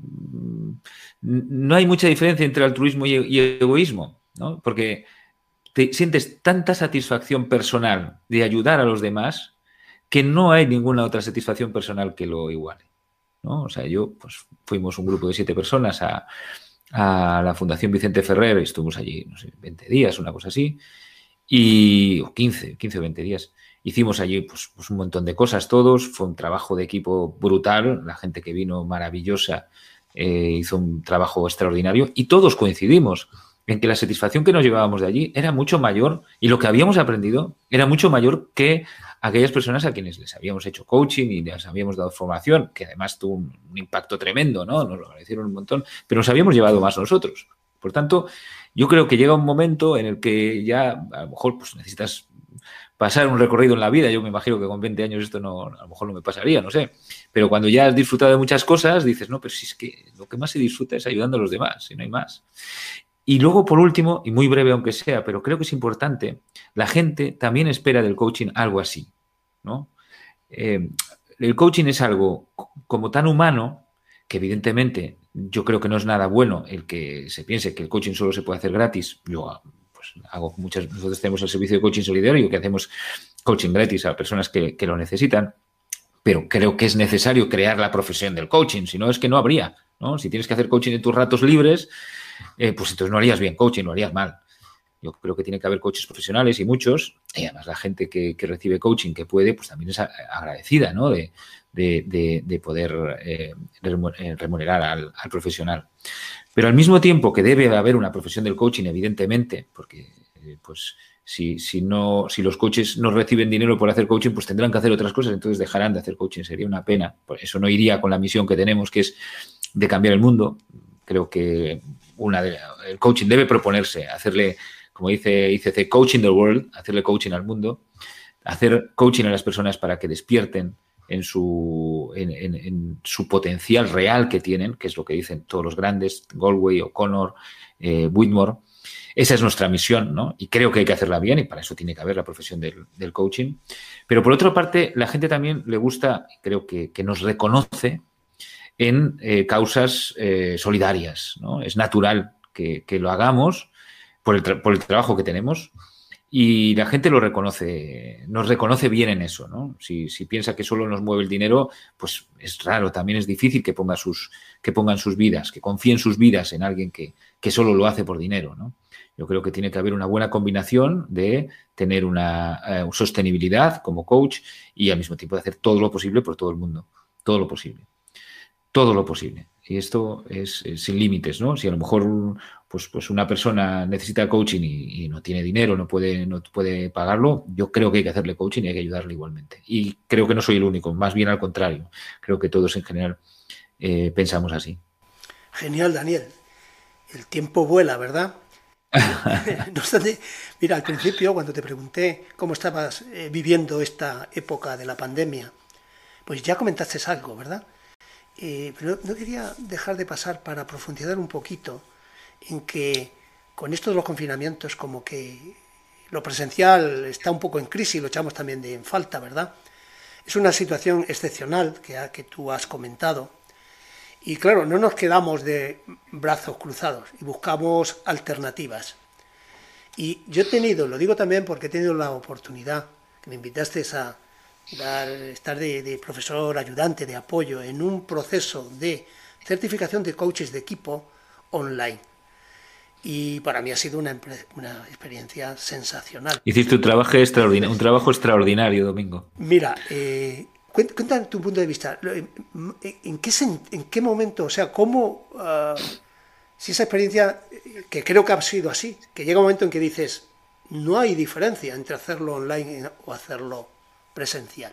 no hay mucha diferencia entre altruismo y, y egoísmo, ¿no? Porque te sientes tanta satisfacción personal de ayudar a los demás que no hay ninguna otra satisfacción personal que lo iguale, ¿no? O sea, yo, pues, fuimos un grupo de siete personas a, a la Fundación Vicente Ferrer, estuvimos allí, no sé, veinte días, una cosa así, y, o quince, quince o veinte días. Hicimos allí, pues, pues un montón de cosas todos, fue un trabajo de equipo brutal, la gente que vino maravillosa, eh, hizo un trabajo extraordinario y todos coincidimos en que la satisfacción que nos llevábamos de allí era mucho mayor y lo que habíamos aprendido era mucho mayor que aquellas personas a quienes les habíamos hecho coaching y les habíamos dado formación, que además tuvo un, un impacto tremendo, ¿no? Nos lo agradecieron un montón, pero nos habíamos llevado más nosotros. Por tanto, yo creo que llega un momento en el que ya a lo mejor pues, necesitas pasar un recorrido en la vida. Yo me imagino que con veinte años esto no, a lo mejor no me pasaría, no sé. Pero cuando ya has disfrutado de muchas cosas, dices, no, pero si es que lo que más se disfruta es ayudando a los demás, si no hay más. Y luego, por último, y muy breve aunque sea, pero creo que es importante, la gente también espera del coaching algo así, ¿no? Eh, el coaching es algo como tan humano que evidentemente yo creo que no es nada bueno el que se piense que el coaching solo se puede hacer gratis. Yo pues, hago muchas, nosotros tenemos el servicio de coaching solidario que hacemos coaching gratis a personas que, que lo necesitan, pero creo que es necesario crear la profesión del coaching, si no es que no habría, ¿no? Si tienes que hacer coaching en tus ratos libres, eh, pues entonces no harías bien coaching, lo harías mal. Yo creo que tiene que haber coaches profesionales y muchos, y además la gente que, que recibe coaching que puede, pues también es agradecida, ¿no? De, de, de, de poder eh, remunerar al, al profesional. Pero al mismo tiempo que debe haber una profesión del coaching, evidentemente, porque eh, pues si, si, no, si los coaches no reciben dinero por hacer coaching, pues tendrán que hacer otras cosas, entonces dejarán de hacer coaching, sería una pena. Por eso no iría con la misión que tenemos, que es de cambiar el mundo. Creo que una de, el coaching debe proponerse hacerle, como dice I C C, coaching the world, hacerle coaching al mundo, hacer coaching a las personas para que despierten en su, en, en, en su potencial real que tienen, que es lo que dicen todos los grandes, Galway, O'Connor, eh, Whitmore. Esa es nuestra misión, ¿no? Y creo que hay que hacerla bien y para eso tiene que haber la profesión del, del coaching. Pero por otra parte, la gente también le gusta, creo que, que nos reconoce en eh, causas eh, solidarias, ¿no? Es natural que, que lo hagamos por el, por el trabajo que tenemos y la gente lo reconoce, nos reconoce bien en eso, ¿no? Si, si piensa que solo nos mueve el dinero, pues es raro, también es difícil que, ponga sus, que pongan sus vidas, que confíen sus vidas en alguien que, que solo lo hace por dinero, ¿no? Yo creo que tiene que haber una buena combinación de tener una eh, sostenibilidad como coach y al mismo tiempo de hacer todo lo posible por todo el mundo, todo lo posible. Todo lo posible. Y esto es, es sin límites, ¿no? Si a lo mejor pues, pues una persona necesita coaching y, y no tiene dinero, no puede, no puede pagarlo, yo creo que hay que hacerle coaching y hay que ayudarle igualmente. Y creo que no soy el único, más bien al contrario. Creo que todos en general eh, pensamos así. Genial, Daniel. El tiempo vuela, ¿verdad? No obstante, mira, al principio, cuando te pregunté cómo estabas eh, viviendo esta época de la pandemia, pues ya comentaste algo, ¿verdad? Eh, pero no quería dejar de pasar para profundizar un poquito en que con esto de los confinamientos, como que lo presencial está un poco en crisis, lo echamos también de en falta, ¿verdad? Es una situación excepcional que, que tú has comentado. Y claro, no nos quedamos de brazos cruzados y buscamos alternativas. Y yo he tenido, lo digo también porque he tenido la oportunidad, que me invitaste a dar, estar de, de profesor ayudante, de apoyo, en un proceso de certificación de coaches de equipo online. Y para mí ha sido una, una experiencia sensacional. Hiciste un trabajo extraordinario, un trabajo extraordinario, Domingo. Mira, eh, cuéntame tu punto de vista. ¿En qué, en qué momento, o sea, cómo, uh, si esa experiencia, que creo que ha sido así, que llega un momento en que dices, no hay diferencia entre hacerlo online o hacerlo presencial?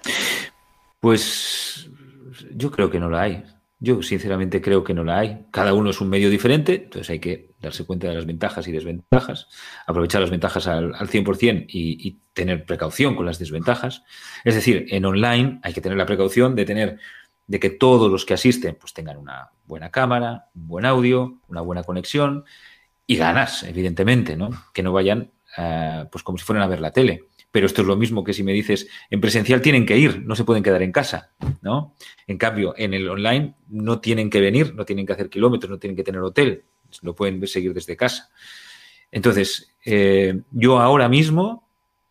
Pues yo creo que no la hay. Yo sinceramente creo que no la hay. Cada uno es un medio diferente, entonces hay que darse cuenta de las ventajas y desventajas, aprovechar las ventajas al, al cien por ciento y, y tener precaución con las desventajas. Es decir, en online hay que tener la precaución de tener de que todos los que asisten pues tengan una buena cámara, un buen audio, una buena conexión y ganas, evidentemente, ¿no? Que no vayan uh, pues como si fueran a ver la tele. Pero esto es lo mismo que si me dices, en presencial tienen que ir, no se pueden quedar en casa, ¿no? En cambio, en el online no tienen que venir, no tienen que hacer kilómetros, no tienen que tener hotel, lo pueden seguir desde casa. Entonces, eh, yo ahora mismo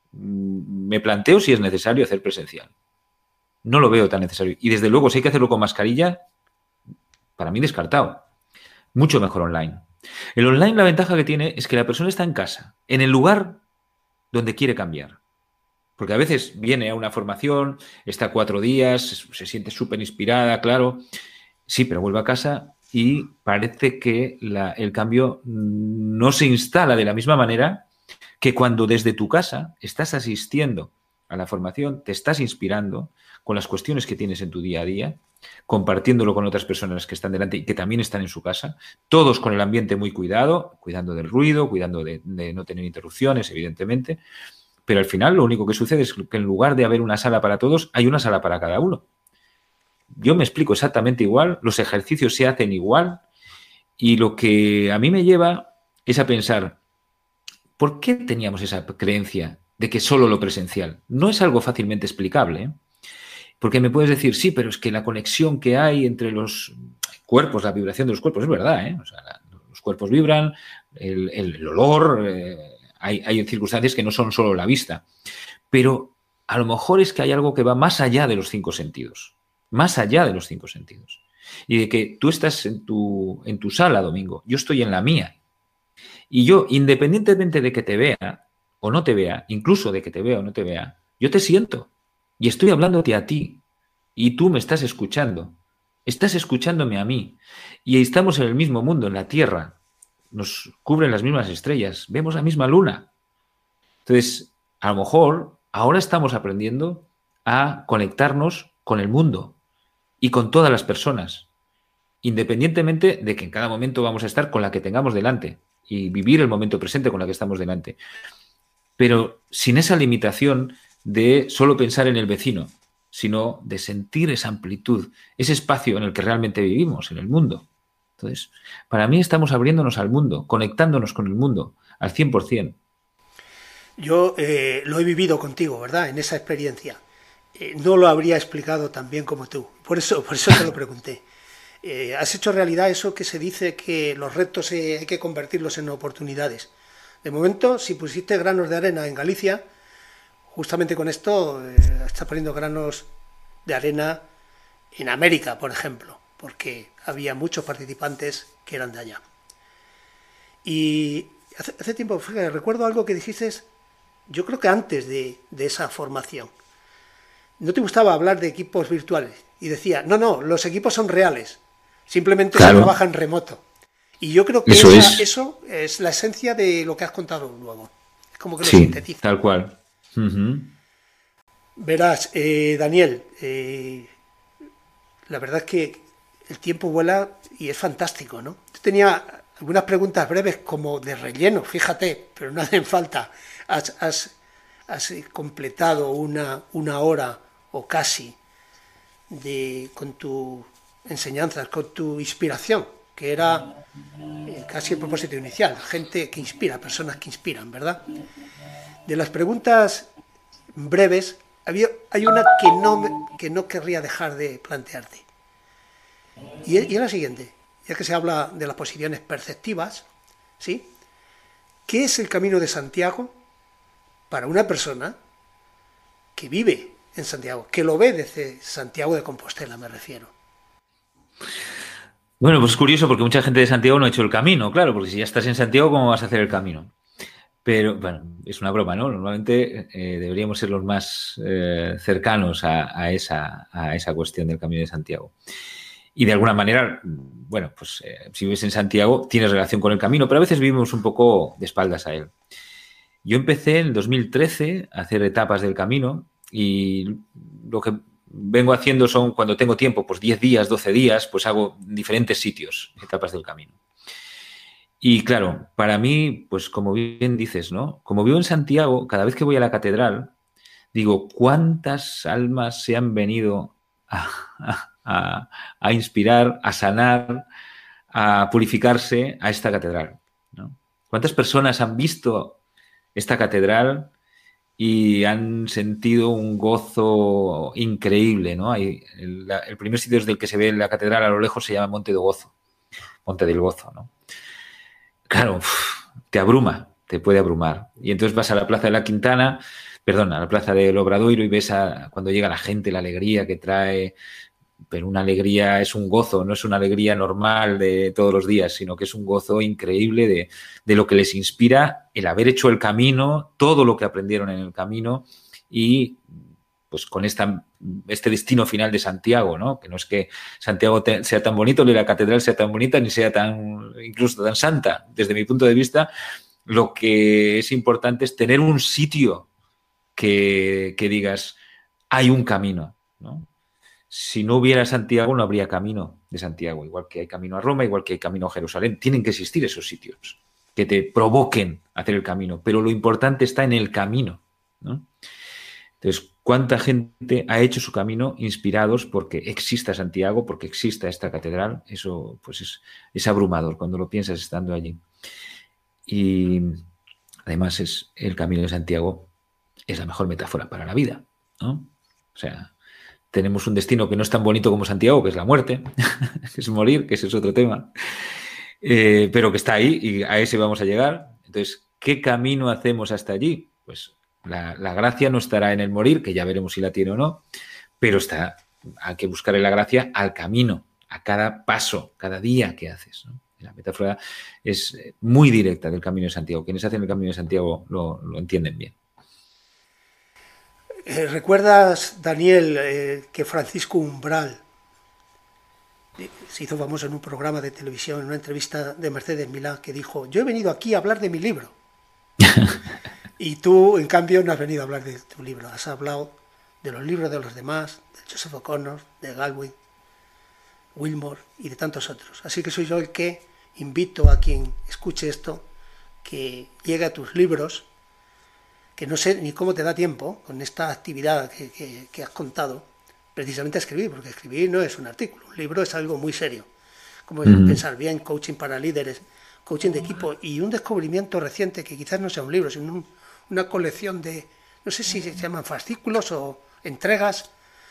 me planteo si es necesario hacer presencial. No lo veo tan necesario. Y desde luego, si hay que hacerlo con mascarilla, para mí descartado. Mucho mejor online. El online, la ventaja que tiene es que la persona está en casa, en el lugar donde quiere cambiar. Porque a veces viene a una formación, está cuatro días, se siente súper inspirada, claro. Sí, pero vuelve a casa y parece que la, el cambio no se instala de la misma manera que cuando desde tu casa estás asistiendo a la formación, te estás inspirando con las cuestiones que tienes en tu día a día, compartiéndolo con otras personas que están delante y que también están en su casa, todos con el ambiente muy cuidado, cuidando del ruido, cuidando de, de no tener interrupciones, evidentemente. Pero al final lo único que sucede es que en lugar de haber una sala para todos, hay una sala para cada uno. Yo me explico exactamente igual, los ejercicios se hacen igual y lo que a mí me lleva es a pensar, ¿por qué teníamos esa creencia de que solo lo presencial? No es algo fácilmente explicable, ¿eh? Porque me puedes decir, sí, pero es que la conexión que hay entre los cuerpos, la vibración de los cuerpos, es verdad, ¿eh? O sea, la, los cuerpos vibran, el, el, el olor... Eh, Hay, hay circunstancias que no son solo la vista, pero a lo mejor es que hay algo que va más allá de los cinco sentidos, más allá de los cinco sentidos. Y de que tú estás en tu, en tu sala, Domingo, yo estoy en la mía. Y yo, independientemente de que te vea o no te vea, incluso de que te vea o no te vea, yo te siento y estoy hablándote a ti y tú me estás escuchando. Estás escuchándome a mí y estamos en el mismo mundo, en la Tierra. Nos cubren las mismas estrellas, vemos la misma luna. Entonces, a lo mejor ahora estamos aprendiendo a conectarnos con el mundo y con todas las personas, independientemente de que en cada momento vamos a estar con la que tengamos delante y vivir el momento presente con la que estamos delante. Pero sin esa limitación de solo pensar en el vecino, sino de sentir esa amplitud, ese espacio en el que realmente vivimos, en el mundo. Entonces, para mí estamos abriéndonos al mundo, conectándonos con el mundo al cien por ciento. Yo eh, lo he vivido contigo, ¿verdad? En esa experiencia. Eh, no lo habría explicado tan bien como tú. Por eso, por eso te lo pregunté. Eh, has hecho realidad eso que se dice que los retos eh, hay que convertirlos en oportunidades. De momento, si pusiste granos de arena en Galicia, justamente con esto eh, estás poniendo granos de arena en América, por ejemplo, porque había muchos participantes que eran de allá. Y hace, hace tiempo, fíjate, recuerdo algo que dijiste, yo creo que antes de, de esa formación. No te gustaba hablar de equipos virtuales y decía, no, no, los equipos son reales. Simplemente claro. se trabaja en remoto. Y yo creo que eso, esa, es. eso es la esencia de lo que has contado luego. Es como que lo Sí, sintetiza. tal cual. Uh-huh. Verás, eh, Daniel, eh, la verdad es que el tiempo vuela y es fantástico, ¿no? Yo tenía algunas preguntas breves como de relleno, fíjate, pero no hacen falta. Has, has, has completado una, una hora o casi de, con tu enseñanza, con tu inspiración, que era eh, casi el propósito inicial, gente que inspira, personas que inspiran, ¿verdad? De las preguntas breves, había, hay una que no, que no querría dejar de plantearte. Y es, y es la siguiente, ya que se habla de las posiciones perceptivas, ¿sí? ¿Qué es el Camino de Santiago para una persona que vive en Santiago, que lo ve desde Santiago de Compostela, me refiero? Bueno, pues es curioso porque mucha gente de Santiago no ha hecho el camino, claro, porque si ya estás en Santiago, ¿cómo vas a hacer el camino? Pero, bueno, es una broma, ¿no? Normalmente eh, deberíamos ser los más eh, cercanos a, a, esa, a esa cuestión del Camino de Santiago. Y de alguna manera, bueno, pues eh, si vives en Santiago, tienes relación con el camino, pero a veces vivimos un poco de espaldas a él. Yo empecé en el dos mil trece a hacer etapas del camino y lo que vengo haciendo son, cuando tengo tiempo, pues diez días, doce días, pues hago diferentes sitios, etapas del camino. Y claro, para mí, pues como bien dices, ¿no? Como vivo en Santiago, cada vez que voy a la catedral, digo, ¿cuántas almas se han venido a, a, a inspirar, a sanar, a purificarse a esta catedral, ¿no? ¿Cuántas personas han visto esta catedral y han sentido un gozo increíble, ¿no? Hay, el, el primer sitio desde el que se ve la catedral a lo lejos se llama Monte de Gozo, Monte del Gozo, ¿no? Claro, te abruma, te puede abrumar. Y entonces vas a la Plaza de la Quintana, perdón, a la Plaza del Obradoiro y ves a, cuando llega la gente, la alegría que trae, pero una alegría es un gozo, no es una alegría normal de todos los días, sino que es un gozo increíble de, de lo que les inspira el haber hecho el camino, todo lo que aprendieron en el camino y pues con esta, este destino final de Santiago, ¿no? Que no es que Santiago te, sea tan bonito, ni la catedral sea tan bonita, ni sea tan, incluso tan santa. Desde mi punto de vista, lo que es importante es tener un sitio que, que digas, hay un camino, ¿no? Si no hubiera Santiago, no habría camino de Santiago. Igual que hay camino a Roma, igual que hay camino a Jerusalén. Tienen que existir esos sitios que te provoquen a hacer el camino. Pero lo importante está en el camino, ¿no? Entonces, ¿cuánta gente ha hecho su camino inspirados porque exista Santiago, porque exista esta catedral? Eso pues es, es abrumador cuando lo piensas estando allí. Y además es el camino de Santiago es la mejor metáfora para la vida, ¿no? O sea, tenemos un destino que no es tan bonito como Santiago, que es la muerte, que es morir, que ese es otro tema, eh, pero que está ahí y a ese vamos a llegar. Entonces, ¿qué camino hacemos hasta allí? Pues la, la gracia no estará en el morir, que ya veremos si la tiene o no, pero está, hay que buscarle la gracia al camino, a cada paso, cada día que haces, ¿no? La metáfora es muy directa del Camino de Santiago. Quienes hacen el Camino de Santiago lo, lo entienden bien. Eh, ¿Recuerdas, Daniel, eh, que Francisco Umbral eh, se hizo famoso en un programa de televisión, en una entrevista de Mercedes Milá, que dijo, yo he venido aquí a hablar de mi libro? Y tú, en cambio, no has venido a hablar de tu libro, has hablado de los libros de los demás, de Joseph O'Connor, de Galway, Wilmore y de tantos otros. Así que soy yo el que invito a quien escuche esto que llegue a tus libros, que no sé ni cómo te da tiempo con esta actividad que, que, que has contado, precisamente a escribir, porque escribir no es un artículo, un libro es algo muy serio, como es uh-huh. pensar bien, coaching para líderes, coaching de equipo, y un descubrimiento reciente que quizás no sea un libro, sino un, una colección de, no sé si se llaman fascículos o entregas,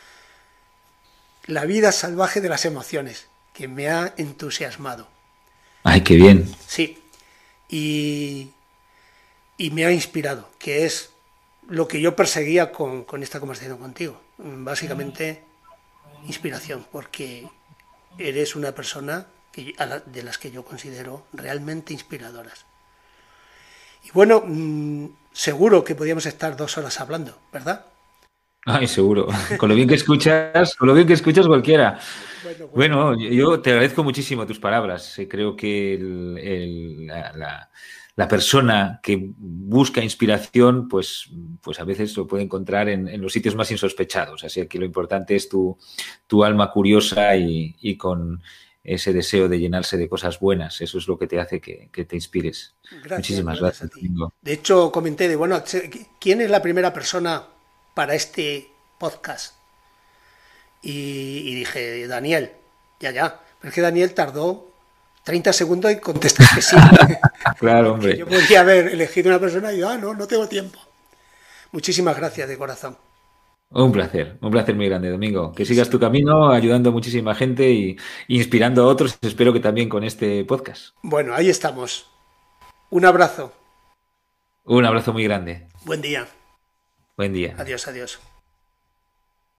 La vida salvaje de las emociones, que me ha entusiasmado. ¡Ay, qué bien! Sí, y, y me ha inspirado, que es lo que yo perseguía con, con esta conversación contigo. Básicamente, inspiración, porque eres una persona que, a la, de las que yo considero realmente inspiradoras. Y bueno, mmm, seguro que podíamos estar dos horas hablando, ¿verdad? Ay, seguro. Con lo bien que escuchas, con lo bien que escuchas cualquiera. Bueno, bueno. Bueno, yo te agradezco muchísimo tus palabras. Eh, Creo que el- el- la, la- la persona que busca inspiración, pues, pues a veces lo puede encontrar en, en los sitios más insospechados. Así que lo importante es tu, tu alma curiosa y, y con ese deseo de llenarse de cosas buenas. Eso es lo que te hace que, que te inspires. Gracias, Muchísimas gracias a gracias, ti. Domingo. De hecho, comenté de, bueno, ¿quién es la primera persona para este podcast? Y, y dije, Daniel, ya, ya. Pero es que Daniel tardó treinta segundos en contestar que sí. Claro, Porque yo hombre. podría haber elegido una persona y yo, ah, no, no tengo tiempo. Muchísimas gracias de corazón. Un placer, un placer muy grande, Domingo. Que Y sigas tu camino ayudando a muchísima gente y inspirando a otros. Espero que también con este podcast. bueno, ahí estamos. Un abrazo. Un abrazo muy grande. Buen día. Buen día. Adiós, adiós.